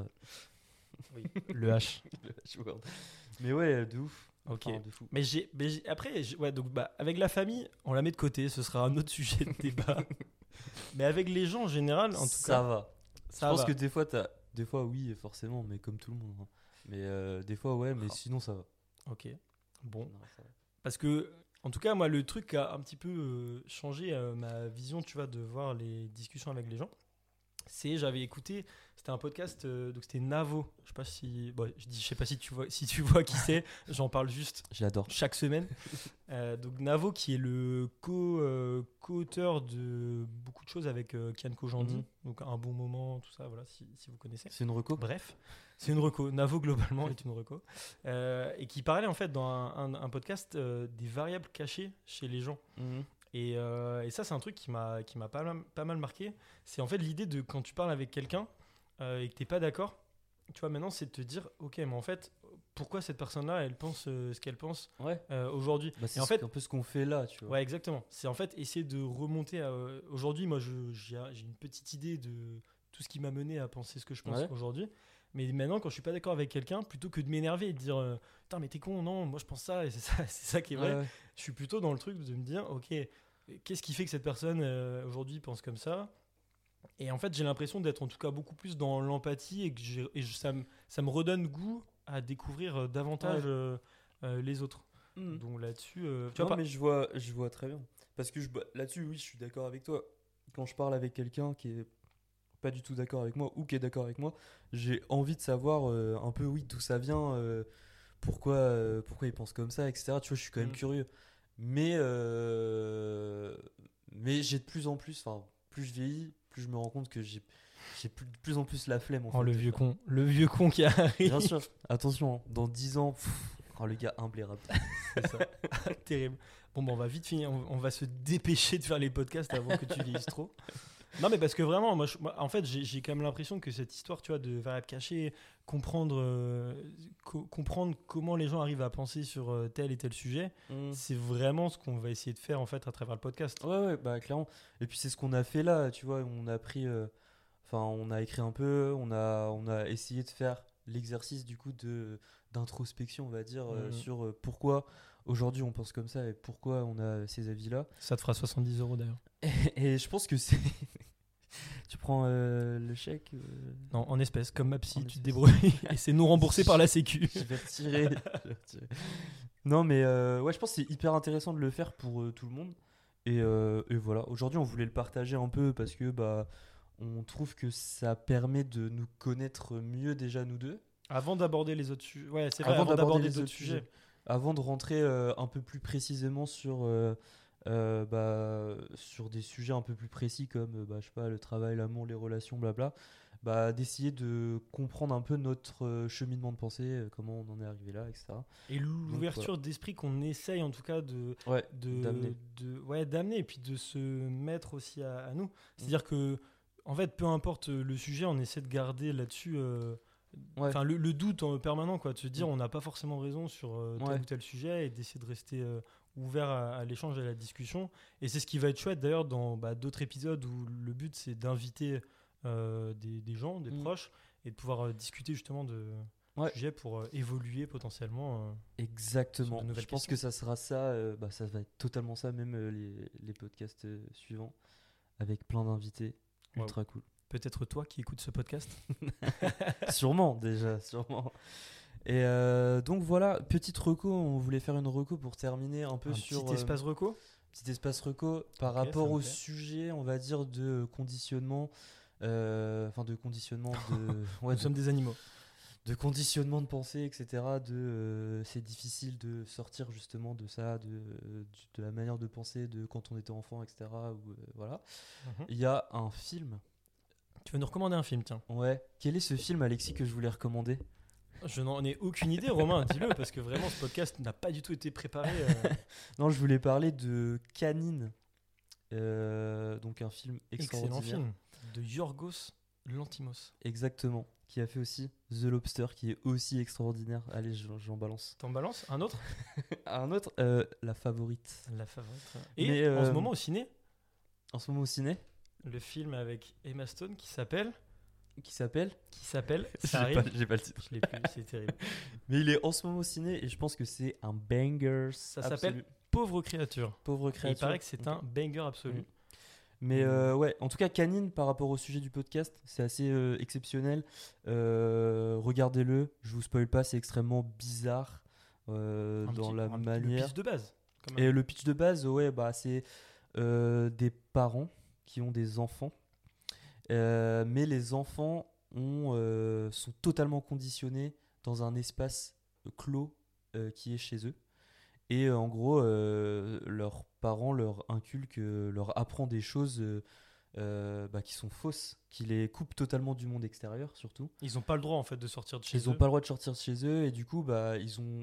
[SPEAKER 2] Oui. Le H.
[SPEAKER 1] le H-word. Mais ouais, de ouf.
[SPEAKER 2] Ok.
[SPEAKER 1] Enfin, de fou.
[SPEAKER 2] Mais j'ai, mais j'ai- après, j'ai- ouais, donc bah, avec la famille, on la met de côté, ce sera un autre sujet de débat. Mais avec les gens en général, en tout
[SPEAKER 1] Ça
[SPEAKER 2] cas,
[SPEAKER 1] va. Je
[SPEAKER 2] ça
[SPEAKER 1] pense
[SPEAKER 2] va.
[SPEAKER 1] que des fois, t'as... des fois, oui, forcément, mais comme tout le monde, hein. Mais euh, des fois, ouais, mais
[SPEAKER 2] Oh,
[SPEAKER 1] sinon, ça va.
[SPEAKER 2] ok. Bon.
[SPEAKER 1] Non, ça va.
[SPEAKER 2] Parce que, en tout cas, moi, le truc a un petit peu euh, changé euh, ma vision, tu vois, de voir les discussions avec les gens. C'est, j'avais écouté, c'était un podcast, euh, donc c'était Navo. Je sais pas si, bon, je dis, je sais pas si tu vois, si tu vois qui c'est. J'en parle juste
[SPEAKER 1] Je l'adore.
[SPEAKER 2] chaque semaine. Euh, donc Navo qui est le co, euh, co-auteur de beaucoup de choses avec euh, Kian Kojandi,
[SPEAKER 1] Mhm.
[SPEAKER 2] donc un bon moment, tout ça, voilà, si, si vous connaissez.
[SPEAKER 1] C'est une reco.
[SPEAKER 2] Bref, c'est une reco. Navo globalement est une reco. Euh, et qui parlait en fait dans un, un- un podcast euh, des variables cachées chez les gens.
[SPEAKER 1] Mhm.
[SPEAKER 2] Et, euh, et ça, c'est un truc qui m'a qui m'a pas, mal- pas mal marqué. C'est en fait l'idée de quand tu parles avec quelqu'un euh, et que t'es pas d'accord, tu vois, maintenant, c'est de te dire, ok, mais en fait, pourquoi cette personne-là, elle pense euh, ce qu'elle pense
[SPEAKER 1] Ouais.
[SPEAKER 2] euh, aujourd'hui.
[SPEAKER 1] Bah, c'est
[SPEAKER 2] Et en
[SPEAKER 1] ce-
[SPEAKER 2] fait,
[SPEAKER 1] un peu ce qu'on fait là, tu vois.
[SPEAKER 2] ouais, exactement. C'est en fait essayer de remonter à, euh, aujourd'hui, moi, je- j'ai j'ai une petite idée de tout ce qui m'a mené à penser ce que je pense
[SPEAKER 1] Ouais.
[SPEAKER 2] aujourd'hui. Mais maintenant, quand je suis pas d'accord avec quelqu'un, plutôt que de m'énerver et de dire, euh, putain, mais t'es con, non, moi je pense ça, et c'est ça, c'est ça qui est vrai,
[SPEAKER 1] Ouais, ouais.
[SPEAKER 2] je suis plutôt dans le truc de me dire, ok, qu'est-ce qui fait que cette personne euh, aujourd'hui pense comme ça? Et en fait, j'ai l'impression d'être en tout cas beaucoup plus dans l'empathie et que j'ai- et je- ça, me, ça me redonne goût à découvrir euh, davantage
[SPEAKER 1] Ouais.
[SPEAKER 2] euh, euh, les autres.
[SPEAKER 1] Mhm.
[SPEAKER 2] Donc là-dessus, euh, tu
[SPEAKER 1] Non,
[SPEAKER 2] vois pas.
[SPEAKER 1] mais je vois, je vois très bien. Parce que je, bah, là-dessus, oui, je suis d'accord avec toi. Quand je parle avec quelqu'un qui est pas du tout d'accord avec moi ou qui est d'accord avec moi, j'ai envie de savoir euh, un peu, oui, d'où ça vient, euh, pourquoi, euh, pourquoi il pense comme ça, et cetera. Tu vois, je suis quand même
[SPEAKER 2] Mm.
[SPEAKER 1] curieux. Mais, euh, mais j'ai de plus en plus, enfin, plus je vieillis, plus je me rends compte que j'ai, j'ai plus- de plus en plus la flemme, en
[SPEAKER 2] Oh,
[SPEAKER 1] fait,
[SPEAKER 2] le
[SPEAKER 1] de
[SPEAKER 2] vieux
[SPEAKER 1] faire.
[SPEAKER 2] con, le vieux con qui arrive.
[SPEAKER 1] Bien sûr, attention, hein, dans dix ans, pff, oh, le gars imblairable.
[SPEAKER 2] C'est ça. Terrible. Bon, bah, on va vite finir. On, on va se dépêcher de faire les podcasts avant que tu vieillisses trop. Non, mais parce que vraiment, moi, je- moi, en fait, j'ai j'ai quand même l'impression que cette histoire, tu vois, de variable cachée, comprendre, euh, co- comprendre comment les gens arrivent à penser sur euh, tel et tel sujet,
[SPEAKER 1] Mm.
[SPEAKER 2] c'est vraiment ce qu'on va essayer de faire en fait à travers le podcast.
[SPEAKER 1] Ouais, ouais, bah clairement. Et puis c'est ce qu'on a fait là, tu vois, on a pris, euh, enfin, on a écrit un peu, on a, on a essayé de faire l'exercice du coup de d'introspection, on va dire, euh,
[SPEAKER 2] Mhm.
[SPEAKER 1] sur euh, pourquoi aujourd'hui on pense comme ça et pourquoi on a ces avis-là.
[SPEAKER 2] Ça te fera soixante-dix euros d'ailleurs.
[SPEAKER 1] Et, et je pense que c'est, tu prends euh, le chèque. euh,
[SPEAKER 2] Non, en espèces, comme ma
[SPEAKER 1] En
[SPEAKER 2] psy, tu te
[SPEAKER 1] espèces.
[SPEAKER 2] débrouilles. Et c'est non remboursé par la Sécu.
[SPEAKER 1] Je vais retirer. je vais retirer. Non, mais euh, ouais, je pense que c'est hyper intéressant de le faire pour euh, tout le monde. Et, euh, et voilà, aujourd'hui on voulait le partager un peu parce que bah on trouve que ça permet de nous connaître mieux déjà nous deux.
[SPEAKER 2] Avant d'aborder les autres sujets. Ouais, c'est vrai,
[SPEAKER 1] Avant
[SPEAKER 2] avant
[SPEAKER 1] d'aborder
[SPEAKER 2] d'aborder
[SPEAKER 1] les
[SPEAKER 2] d'autres
[SPEAKER 1] autres
[SPEAKER 2] sujets.
[SPEAKER 1] sujets. Avant de rentrer euh, un peu plus précisément sur, euh, euh, bah, sur des sujets un peu plus précis comme euh, bah, je sais pas, le travail, l'amour, les relations, blabla, bah, d'essayer de comprendre un peu notre euh, cheminement de pensée, euh, comment on en est arrivé là, et cetera.
[SPEAKER 2] Et l'ouverture d'esprit qu'on essaye en tout cas de,
[SPEAKER 1] Ouais,
[SPEAKER 2] de,
[SPEAKER 1] d'amener.
[SPEAKER 2] de- ouais, d'amener et puis de se mettre aussi à, à nous. C'est-à-dire que, en fait, peu importe le sujet, on essaie de garder là-dessus euh,
[SPEAKER 1] Ouais.
[SPEAKER 2] enfin, le, le doute en permanent, quoi, de se dire
[SPEAKER 1] Mm.
[SPEAKER 2] on n'a pas forcément raison sur euh, tel
[SPEAKER 1] Ouais.
[SPEAKER 2] ou tel sujet et d'essayer de rester euh, ouvert à, à l'échange et à la discussion. Et c'est ce qui va être chouette d'ailleurs dans bah, d'autres épisodes où le but c'est d'inviter euh, des, des gens, des
[SPEAKER 1] Mm.
[SPEAKER 2] proches et de pouvoir euh, discuter justement de
[SPEAKER 1] Ouais.
[SPEAKER 2] sujets pour euh, évoluer potentiellement. euh,
[SPEAKER 1] Exactement.
[SPEAKER 2] sur de nouvelles
[SPEAKER 1] Je pense
[SPEAKER 2] questions.
[SPEAKER 1] que ça sera ça, euh, bah, ça va être totalement ça, même euh, les, les podcasts euh, suivants, avec plein d'invités.
[SPEAKER 2] Wow.
[SPEAKER 1] Ultra cool.
[SPEAKER 2] Peut-être toi qui écoutes ce podcast.
[SPEAKER 1] Sûrement, déjà, sûrement. Et euh, donc voilà, petite reco, on voulait faire une reco pour terminer un peu
[SPEAKER 2] Un
[SPEAKER 1] sur.
[SPEAKER 2] petit espace reco.
[SPEAKER 1] euh, petit espace reco par
[SPEAKER 2] Ok,
[SPEAKER 1] rapport
[SPEAKER 2] ça me
[SPEAKER 1] au
[SPEAKER 2] plaît.
[SPEAKER 1] sujet, on va dire, de conditionnement. euh, Enfin, de conditionnement de. ouais,
[SPEAKER 2] Nous
[SPEAKER 1] de,
[SPEAKER 2] sommes des animaux.
[SPEAKER 1] de conditionnement de pensée, et cetera. De, euh, c'est difficile de sortir justement de ça, de, euh, du- de la manière de penser de quand on était enfant, et cetera. Ou, euh, voilà.
[SPEAKER 2] Mhm.
[SPEAKER 1] Il y a un film.
[SPEAKER 2] Tu veux nous recommander un film, tiens.
[SPEAKER 1] Ouais. Quel est ce film, Alexis, que je voulais recommander?
[SPEAKER 2] Je n'en ai aucune idée, Romain, dis-le, parce que vraiment, ce podcast n'a pas du tout été préparé. euh,
[SPEAKER 1] Non, je voulais parler de Canine. Euh, donc un film
[SPEAKER 2] Excellent
[SPEAKER 1] extraordinaire.
[SPEAKER 2] film de Yorgos Lanthimos.
[SPEAKER 1] Exactement. Qui a fait aussi The Lobster, qui est aussi extraordinaire. Allez, j'en j'en balance.
[SPEAKER 2] T'en balances un autre?
[SPEAKER 1] Un autre, euh, La Favorite.
[SPEAKER 2] La favorite. Et
[SPEAKER 1] Mais,
[SPEAKER 2] en ce
[SPEAKER 1] euh,
[SPEAKER 2] moment au ciné,
[SPEAKER 1] En ce moment au ciné,
[SPEAKER 2] le film avec Emma Stone qui s'appelle.
[SPEAKER 1] qui s'appelle.
[SPEAKER 2] Qui s'appelle.
[SPEAKER 1] J'ai
[SPEAKER 2] Ça
[SPEAKER 1] pas,
[SPEAKER 2] arrive.
[SPEAKER 1] j'ai pas le titre.
[SPEAKER 2] Je l'ai plus, c'est terrible.
[SPEAKER 1] Mais il est en ce moment au ciné et je pense que c'est un banger.
[SPEAKER 2] Ça
[SPEAKER 1] absolu.
[SPEAKER 2] s'appelle Pauvre créature.
[SPEAKER 1] Pauvre
[SPEAKER 2] Et
[SPEAKER 1] créature.
[SPEAKER 2] il paraît que c'est
[SPEAKER 1] Ok.
[SPEAKER 2] un banger absolu.
[SPEAKER 1] Mm. Mais
[SPEAKER 2] Mm.
[SPEAKER 1] euh, ouais, en tout cas, Canine, par rapport au sujet du podcast, c'est assez euh, exceptionnel. Euh, regardez-le, je vous spoil pas, c'est extrêmement bizarre euh,
[SPEAKER 2] Un
[SPEAKER 1] dans
[SPEAKER 2] petit-
[SPEAKER 1] la
[SPEAKER 2] un petit- Le
[SPEAKER 1] manière.
[SPEAKER 2] pitch de base. quand même.
[SPEAKER 1] Et le pitch de base, ouais, bah, c'est euh, des parents qui ont des enfants. Euh, mais les enfants ont, euh, sont totalement conditionnés dans un espace clos euh, qui est chez eux. Et euh, en gros, euh, leurs parents leur inculquent, euh, leur apprend des choses euh, euh, bah, qui sont fausses, qui les coupent totalement du monde extérieur, surtout.
[SPEAKER 2] Ils n'ont pas le droit en fait de sortir de chez
[SPEAKER 1] Ils
[SPEAKER 2] eux.
[SPEAKER 1] n'ont pas le droit de sortir de chez eux et du coup, bah, ils ont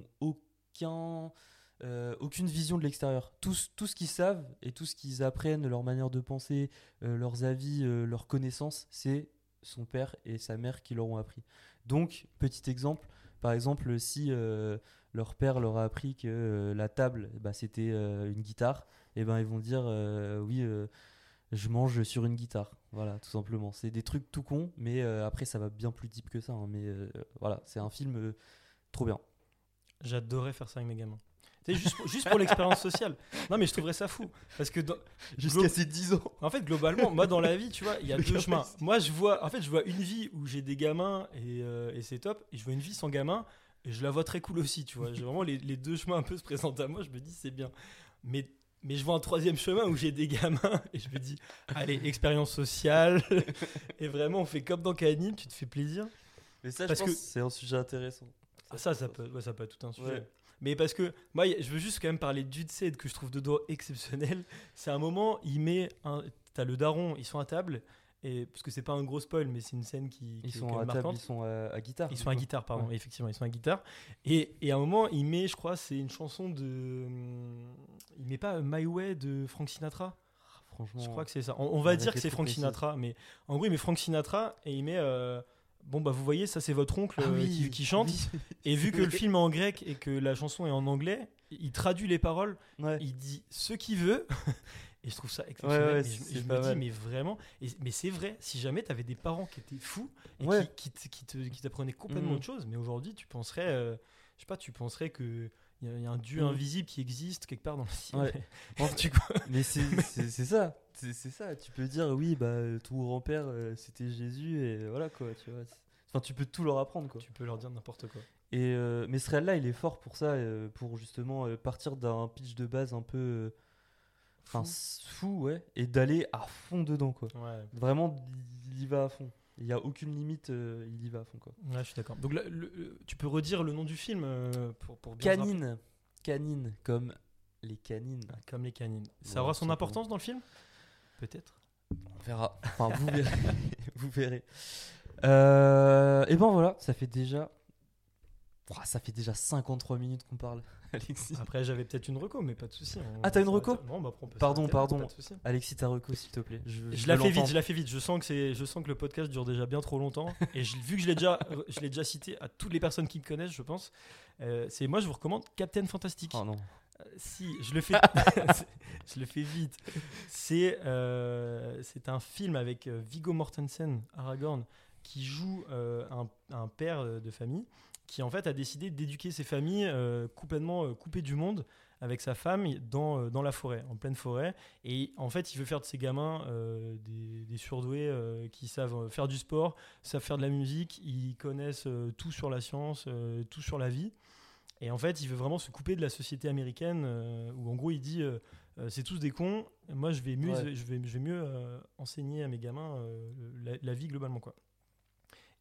[SPEAKER 1] aucun, euh, aucune vision de l'extérieur. Tout, ce- tout ce qu'ils savent et tout ce qu'ils apprennent, leur manière de penser, euh, leurs avis, euh, leurs connaissances, c'est son père et sa mère qui leur ont appris. Donc, petit exemple, par exemple, si euh, leur père leur a appris que euh, la table, bah, c'était euh, une guitare, et ben ils vont dire euh, oui. euh, je mange sur une guitare, voilà, tout simplement. C'est des trucs tout cons, mais euh, après ça va bien plus deep que ça. hein, mais euh, voilà, c'est un film euh, trop bien.
[SPEAKER 2] J'adorais faire ça avec mes gamins. Tu sais, juste pour, juste pour l'expérience sociale. Non, mais je trouverais ça fou. Parce que, dans- Glo-
[SPEAKER 1] ses dix ans.
[SPEAKER 2] en fait, globalement, moi, dans la vie, tu vois, il y a
[SPEAKER 1] Le
[SPEAKER 2] deux
[SPEAKER 1] gamin,
[SPEAKER 2] chemins.
[SPEAKER 1] c'est-
[SPEAKER 2] Moi, je vois, en fait, je vois une vie où j'ai des gamins et, euh, et c'est top. Et je vois une vie sans gamins et je la vois très cool aussi, tu vois. J'ai vraiment les, les deux chemins un peu se présentent à moi. Je me dis, c'est bien. Mais, mais je vois un troisième chemin où j'ai des gamins et je me dis, allez, expérience sociale. Et vraiment, on fait comme dans Canine, tu te fais plaisir.
[SPEAKER 1] Mais ça,
[SPEAKER 2] Parce
[SPEAKER 1] je pense
[SPEAKER 2] que-
[SPEAKER 1] que c'est un sujet intéressant.
[SPEAKER 2] Ah, ça, ça peut, ouais, ça peut être tout un sujet.
[SPEAKER 1] Ouais.
[SPEAKER 2] Mais parce que moi, y- je veux juste quand même parler d'Udsed que je trouve de dos exceptionnel. C'est un moment, il met un, t'as le daron, ils sont à table et parce que c'est pas un gros spoil, mais c'est une scène qui,
[SPEAKER 1] Ils
[SPEAKER 2] qui est
[SPEAKER 1] sont
[SPEAKER 2] quand
[SPEAKER 1] à
[SPEAKER 2] même
[SPEAKER 1] table,
[SPEAKER 2] marquante.
[SPEAKER 1] ils sont à, à guitare.
[SPEAKER 2] Ils
[SPEAKER 1] du
[SPEAKER 2] sont à
[SPEAKER 1] coup.
[SPEAKER 2] guitare, pardon.
[SPEAKER 1] Ouais.
[SPEAKER 2] Effectivement, ils sont à guitare. Et, et à un moment, il met, je crois, c'est une chanson de, hum, il met pas My Way de Frank Sinatra.
[SPEAKER 1] Ah, franchement,
[SPEAKER 2] Je crois que c'est ça. On, on va
[SPEAKER 1] la
[SPEAKER 2] dire
[SPEAKER 1] ref
[SPEAKER 2] que
[SPEAKER 1] est
[SPEAKER 2] c'est
[SPEAKER 1] trop
[SPEAKER 2] Frank
[SPEAKER 1] précise.
[SPEAKER 2] Sinatra, mais en gros, il met Frank Sinatra et il met. euh, Bon bah vous voyez, ça c'est votre oncle
[SPEAKER 1] Ah
[SPEAKER 2] euh,
[SPEAKER 1] oui,
[SPEAKER 2] qui, qui chante.
[SPEAKER 1] oui.
[SPEAKER 2] Et vu
[SPEAKER 1] C'est
[SPEAKER 2] que le
[SPEAKER 1] vrai.
[SPEAKER 2] film est en grec et que la chanson est en anglais, il traduit les paroles,
[SPEAKER 1] Ouais.
[SPEAKER 2] il dit ce qu'il veut. Et je trouve ça exceptionnel.
[SPEAKER 1] Ouais, ouais,
[SPEAKER 2] Et je,
[SPEAKER 1] c'est
[SPEAKER 2] et je
[SPEAKER 1] pas
[SPEAKER 2] me dis,
[SPEAKER 1] mal.
[SPEAKER 2] mais vraiment, et- mais c'est vrai, si jamais tu avais des parents qui étaient fous et
[SPEAKER 1] Ouais.
[SPEAKER 2] qui, qui, te- qui te- qui t'apprenaient complètement
[SPEAKER 1] Mhm.
[SPEAKER 2] autre chose, mais aujourd'hui tu penserais, euh, je sais pas, tu penserais que il y, a- il y a un dieu
[SPEAKER 1] Mhm.
[SPEAKER 2] invisible qui existe quelque part dans le ciel.
[SPEAKER 1] Ouais.
[SPEAKER 2] Mais- tu vois,
[SPEAKER 1] Mais c'est c'est- c'est ça, c'est c'est ça. Tu peux dire oui, bah ton grand-père euh, c'était Jésus et voilà quoi, tu vois. Enfin, tu peux tout leur apprendre quoi.
[SPEAKER 2] tu peux leur dire n'importe quoi.
[SPEAKER 1] Et euh, mais ce réel-là, il est fort pour ça, euh, pour justement euh, partir d'un pitch de base un peu, euh, enfin
[SPEAKER 2] Fou.
[SPEAKER 1] s- fou, ouais, et d'aller à fond dedans quoi.
[SPEAKER 2] Ouais.
[SPEAKER 1] Vraiment, il y va à fond. Il y a aucune limite, euh, il y va à fond quoi.
[SPEAKER 2] Ouais, je suis d'accord. Donc là, le- le- tu peux redire le nom du film euh, pour, pour bien se rappeler.
[SPEAKER 1] Canine, canine, comme les canines.
[SPEAKER 2] Ah, comme les canines. Ça
[SPEAKER 1] Voilà,
[SPEAKER 2] aura
[SPEAKER 1] tout
[SPEAKER 2] son
[SPEAKER 1] simplement.
[SPEAKER 2] importance dans le film? Peut-être.
[SPEAKER 1] On verra. Enfin, vous verrez. vous verrez. Euh, et ben voilà, ça fait déjà. Ouah, ça fait déjà cinquante-trois minutes qu'on parle, Alexis.
[SPEAKER 2] Après, j'avais peut-être une reco, mais pas de souci. on-
[SPEAKER 1] Ah, t'as une
[SPEAKER 2] on
[SPEAKER 1] reco
[SPEAKER 2] s'arrête- Non, bah, après, on peut
[SPEAKER 1] Pardon,
[SPEAKER 2] s'arrêter là,
[SPEAKER 1] pardon.
[SPEAKER 2] pas de souci.
[SPEAKER 1] Alexis, ta reco, s'il te plaît. Je,
[SPEAKER 2] Je,
[SPEAKER 1] je
[SPEAKER 2] la
[SPEAKER 1] veux
[SPEAKER 2] fais vite,
[SPEAKER 1] l'entendre.
[SPEAKER 2] je la fais vite. Je sens que c'est, je sens que le podcast dure déjà bien trop longtemps. Et je- vu que je l'ai déjà, je l'ai déjà cité à toutes les personnes qui me connaissent, je pense. euh, c'est moi, je vous recommande Captain Fantastic.
[SPEAKER 1] Oh non.
[SPEAKER 2] Euh, si, je le fais, je le fais vite. C'est, euh, c'est un film avec euh, Viggo Mortensen, Aragorn, qui joue euh, un, un père euh, de famille qui en fait a décidé d'éduquer ses familles euh, complètement euh, coupées du monde avec sa femme dans, euh, dans la forêt, en pleine forêt. Et en fait, il veut faire de ses gamins euh, des, des surdoués euh, qui savent euh, faire du sport, savent faire de la musique, ils connaissent euh, tout sur la science, euh, tout sur la vie. Et en fait, il veut vraiment se couper de la société américaine euh, où en gros il dit euh, euh, c'est tous des cons. Moi, je vais mieux,
[SPEAKER 1] Ouais.
[SPEAKER 2] je vais, je vais mieux euh, enseigner à mes gamins euh, la, la vie globalement quoi.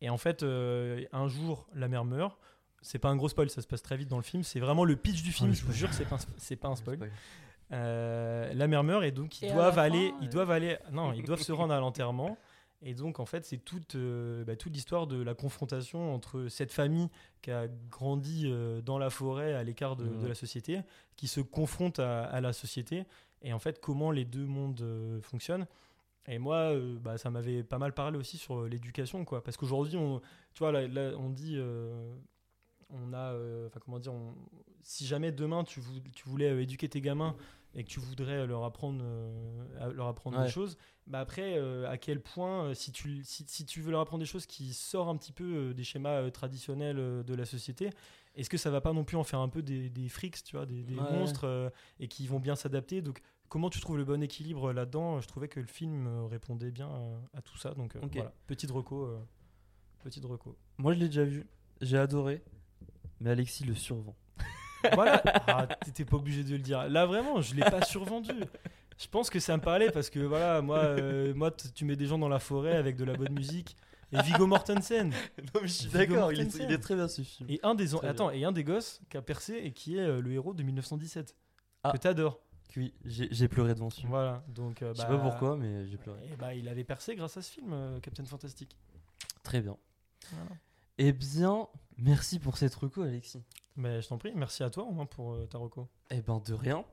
[SPEAKER 2] Et en fait, euh, un jour, la mère meurt. C'est pas un gros spoil, ça se passe très vite dans le film. C'est vraiment le pitch du film,
[SPEAKER 1] Ah,
[SPEAKER 2] je vous jure que c'est pas, un- c'est pas un spoil.
[SPEAKER 1] Spoil.
[SPEAKER 2] Euh, la mère meurt et donc ils
[SPEAKER 3] Et à
[SPEAKER 2] doivent
[SPEAKER 3] la
[SPEAKER 2] aller,
[SPEAKER 3] fin,
[SPEAKER 2] ils
[SPEAKER 3] euh,
[SPEAKER 2] doivent aller, non, ils doivent se rendre à l'enterrement. Et donc en fait, c'est toute, euh, bah, toute l'histoire de la confrontation entre cette famille qui a grandi euh, dans la forêt, à l'écart de,
[SPEAKER 1] Mhm.
[SPEAKER 2] de la société, qui se confronte à, à la société. Et en fait, comment les deux mondes euh, fonctionnent. Et moi, euh, bah, ça m'avait pas mal parlé aussi sur euh, l'éducation, quoi. Parce qu'aujourd'hui, on, tu vois, là, là, on dit, euh, on a, euh, enfin comment dire, on- si jamais demain tu, vou- tu voulais euh, éduquer tes gamins et que tu voudrais leur apprendre, euh, à- leur apprendre
[SPEAKER 1] Ouais.
[SPEAKER 2] des choses, bah après, euh, à quel point, euh, si tu, si, si tu veux leur apprendre des choses qui sortent un petit peu euh, des schémas euh, traditionnels euh, de la société, est-ce que ça va pas non plus en faire un peu des, des freaks, tu vois, des, des
[SPEAKER 1] Ouais.
[SPEAKER 2] monstres euh, et qui vont bien s'adapter. Donc comment tu trouves le bon équilibre euh, là-dedans? Je trouvais que le film euh, répondait bien euh, à tout ça. Donc euh,
[SPEAKER 1] Ok.
[SPEAKER 2] voilà, petite reco. euh, petite reco.
[SPEAKER 1] Moi, je l'ai déjà vu. J'ai adoré. Mais Alexis le survend.
[SPEAKER 2] Voilà. Ah, t'étais pas obligé de le dire. Là vraiment, je l'ai pas survendu. Je pense que ça me parlait parce que voilà, moi, euh, moi, t- tu mets des gens dans la forêt avec de la bonne musique et Viggo Mortensen.
[SPEAKER 1] Non, mais je suis
[SPEAKER 2] Viggo
[SPEAKER 1] d'accord. Il est,
[SPEAKER 2] Mortensen.
[SPEAKER 1] il est très bien ce film.
[SPEAKER 2] Et un des en-
[SPEAKER 1] Très
[SPEAKER 2] attends,
[SPEAKER 1] bien.
[SPEAKER 2] et un des gosses qui a percé et qui est euh, le héros de mille neuf cent dix-sept
[SPEAKER 1] Ah.
[SPEAKER 2] que t'adores.
[SPEAKER 1] Oui, j'ai j'ai pleuré devant ce film.
[SPEAKER 2] Voilà. Donc euh,
[SPEAKER 1] Je sais
[SPEAKER 2] bah,
[SPEAKER 1] pas pourquoi, mais j'ai pleuré.
[SPEAKER 2] Et bah, il avait percé grâce à ce film, euh, Captain Fantastic.
[SPEAKER 1] Très bien.
[SPEAKER 2] Voilà.
[SPEAKER 1] Eh bien, merci pour cette reco, Alexis.
[SPEAKER 2] Mais je t'en prie, merci à toi au moins pour euh, ta reco.
[SPEAKER 1] Eh ben, de rien.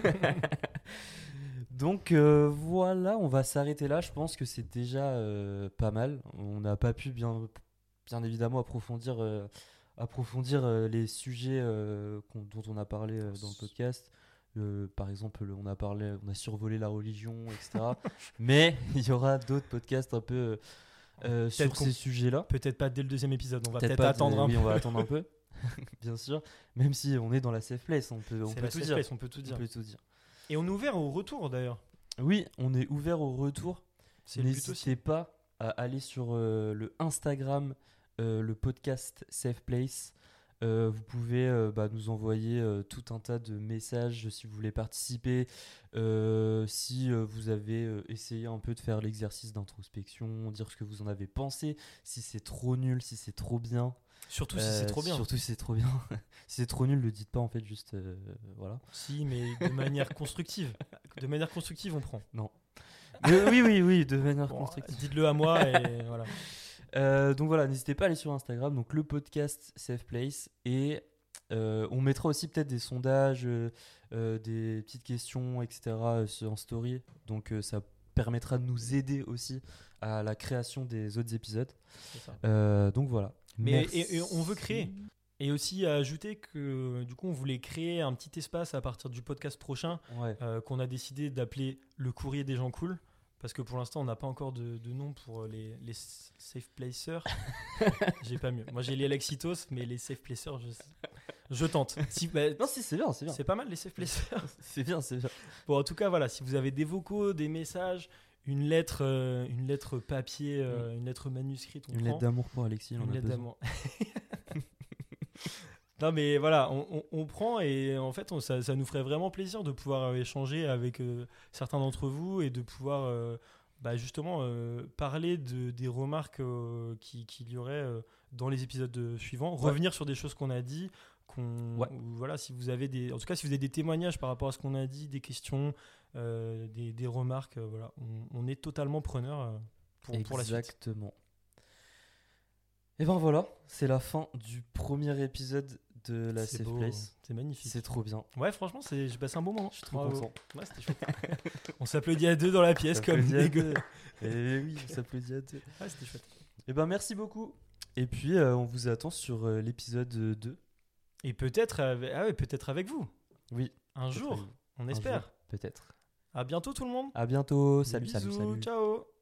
[SPEAKER 1] Donc euh, voilà, on va s'arrêter là. Je pense que c'est déjà euh, pas mal. On n'a pas pu bien, bien évidemment approfondir, euh, approfondir euh, les sujets euh, qu'on- dont on a parlé euh, dans le podcast. Euh, par exemple, on a parlé, on a survolé la religion, et cetera. Mais il y aura d'autres podcasts un peu euh, euh, sur
[SPEAKER 2] qu'on-
[SPEAKER 1] ces sujets-là.
[SPEAKER 2] Peut-être pas dès le deuxième épisode, on va
[SPEAKER 1] Peut-être
[SPEAKER 2] peut-être
[SPEAKER 1] pas,
[SPEAKER 2] attendre
[SPEAKER 1] euh,
[SPEAKER 2] un
[SPEAKER 1] oui,
[SPEAKER 2] peu.
[SPEAKER 1] on va attendre un peu, bien sûr. Même si on est dans la safe place, on peut, on
[SPEAKER 2] C'est
[SPEAKER 1] peut
[SPEAKER 2] la
[SPEAKER 1] tout
[SPEAKER 2] safe
[SPEAKER 1] dire.
[SPEAKER 2] place, on peut tout
[SPEAKER 1] On
[SPEAKER 2] dire.
[SPEAKER 1] peut tout dire.
[SPEAKER 2] Et on est ouvert au retour d'ailleurs.
[SPEAKER 1] Oui, on est ouvert au retour.
[SPEAKER 2] C'est le but aussi.
[SPEAKER 1] N'hésitez pas à aller sur euh, le Instagram, euh, le podcast Safe Place. Euh, vous pouvez euh, bah, nous envoyer euh, tout un tas de messages si vous voulez participer, euh, si euh, vous avez euh, essayé un peu de faire l'exercice d'introspection, dire ce que vous en avez pensé, si c'est trop nul, si c'est trop bien.
[SPEAKER 2] Surtout si
[SPEAKER 1] Euh,
[SPEAKER 2] c'est trop bien.
[SPEAKER 1] Surtout si c'est trop bien. Si c'est trop nul, le dites pas en fait, juste euh, voilà.
[SPEAKER 2] Si, mais de manière constructive. De manière constructive, on prend.
[SPEAKER 1] Mais oui, oui, oui, de manière
[SPEAKER 2] Bon,
[SPEAKER 1] constructive.
[SPEAKER 2] dites-le à moi et voilà.
[SPEAKER 1] Euh, donc voilà, n'hésitez pas à aller sur Instagram, donc le podcast Safe Place, et euh, on mettra aussi peut-être des sondages, euh, euh, des petites questions, et cetera euh, sur- en story. Donc euh, ça permettra de nous aider aussi à la création des autres épisodes.
[SPEAKER 2] C'est ça.
[SPEAKER 1] Euh, donc voilà.
[SPEAKER 2] Mais
[SPEAKER 1] Merci.
[SPEAKER 2] et- et on veut créer. Et aussi à ajouter que du coup on voulait créer un petit espace à partir du podcast prochain
[SPEAKER 1] Ouais.
[SPEAKER 2] euh, qu'on a décidé d'appeler le courrier des gens cool. Parce que pour l'instant on n'a pas encore de, de nom pour les, les safe placers. J'ai pas mieux. Moi j'ai les Alexitos, mais les safe placers, je, je tente. Si, bah,
[SPEAKER 1] Non, si, c'est bien, c'est bien.
[SPEAKER 2] c'est pas mal les safe placers.
[SPEAKER 1] C'est bien, c'est bien.
[SPEAKER 2] Bon, en tout cas, voilà, si vous avez des vocaux, des messages, une lettre, euh, une lettre papier, euh, une lettre manuscrite, on
[SPEAKER 1] Une
[SPEAKER 2] prend.
[SPEAKER 1] lettre d'amour pour Alexis, il en
[SPEAKER 2] Une
[SPEAKER 1] a
[SPEAKER 2] lettre
[SPEAKER 1] besoin.
[SPEAKER 2] d'amour. Non, mais voilà, on, on- on prend et en fait, on- ça, ça nous ferait vraiment plaisir de pouvoir euh, échanger avec euh, certains d'entre vous et de pouvoir euh, bah, justement euh, parler de, des remarques euh, qui- qu'il y aurait euh, dans les épisodes euh, suivants,
[SPEAKER 1] Ouais.
[SPEAKER 2] revenir sur des choses qu'on a dit. Qu'on,
[SPEAKER 1] Ouais.
[SPEAKER 2] ou voilà, si vous avez des, en tout cas, si vous avez des témoignages par rapport à ce qu'on a dit, des questions, euh, des, des remarques, euh, voilà, on, on est totalement preneur euh, pour, pour la suite.
[SPEAKER 1] Exactement. Et ben voilà, c'est la fin du premier épisode de la
[SPEAKER 2] C'est
[SPEAKER 1] Safe
[SPEAKER 2] beau,
[SPEAKER 1] Place.
[SPEAKER 2] c'est magnifique.
[SPEAKER 1] C'est trop bien.
[SPEAKER 2] Ouais, franchement, c'est, j'ai passé un bon moment.
[SPEAKER 1] Je suis trop
[SPEAKER 2] Bravo.
[SPEAKER 1] content.
[SPEAKER 2] Ouais, c'était chouette. On s'applaudit à deux dans la pièce comme
[SPEAKER 1] s'applaudit à
[SPEAKER 2] des
[SPEAKER 1] deux.
[SPEAKER 2] gosses.
[SPEAKER 1] Et oui, on s'applaudit à deux.
[SPEAKER 2] Ouais, c'était chouette.
[SPEAKER 1] Et ben merci beaucoup. Et puis euh, on vous attend sur euh, l'épisode deux.
[SPEAKER 2] Et peut-être avec, ah ouais, peut-être avec vous.
[SPEAKER 1] Oui.
[SPEAKER 2] Un
[SPEAKER 1] peut-être
[SPEAKER 2] jour,
[SPEAKER 1] avec vous.
[SPEAKER 2] on
[SPEAKER 1] Un
[SPEAKER 2] espère.
[SPEAKER 1] jour, peut-être.
[SPEAKER 2] À bientôt tout le monde.
[SPEAKER 1] À bientôt. Salut,
[SPEAKER 2] Bisous,
[SPEAKER 1] salut, salut.
[SPEAKER 2] ciao.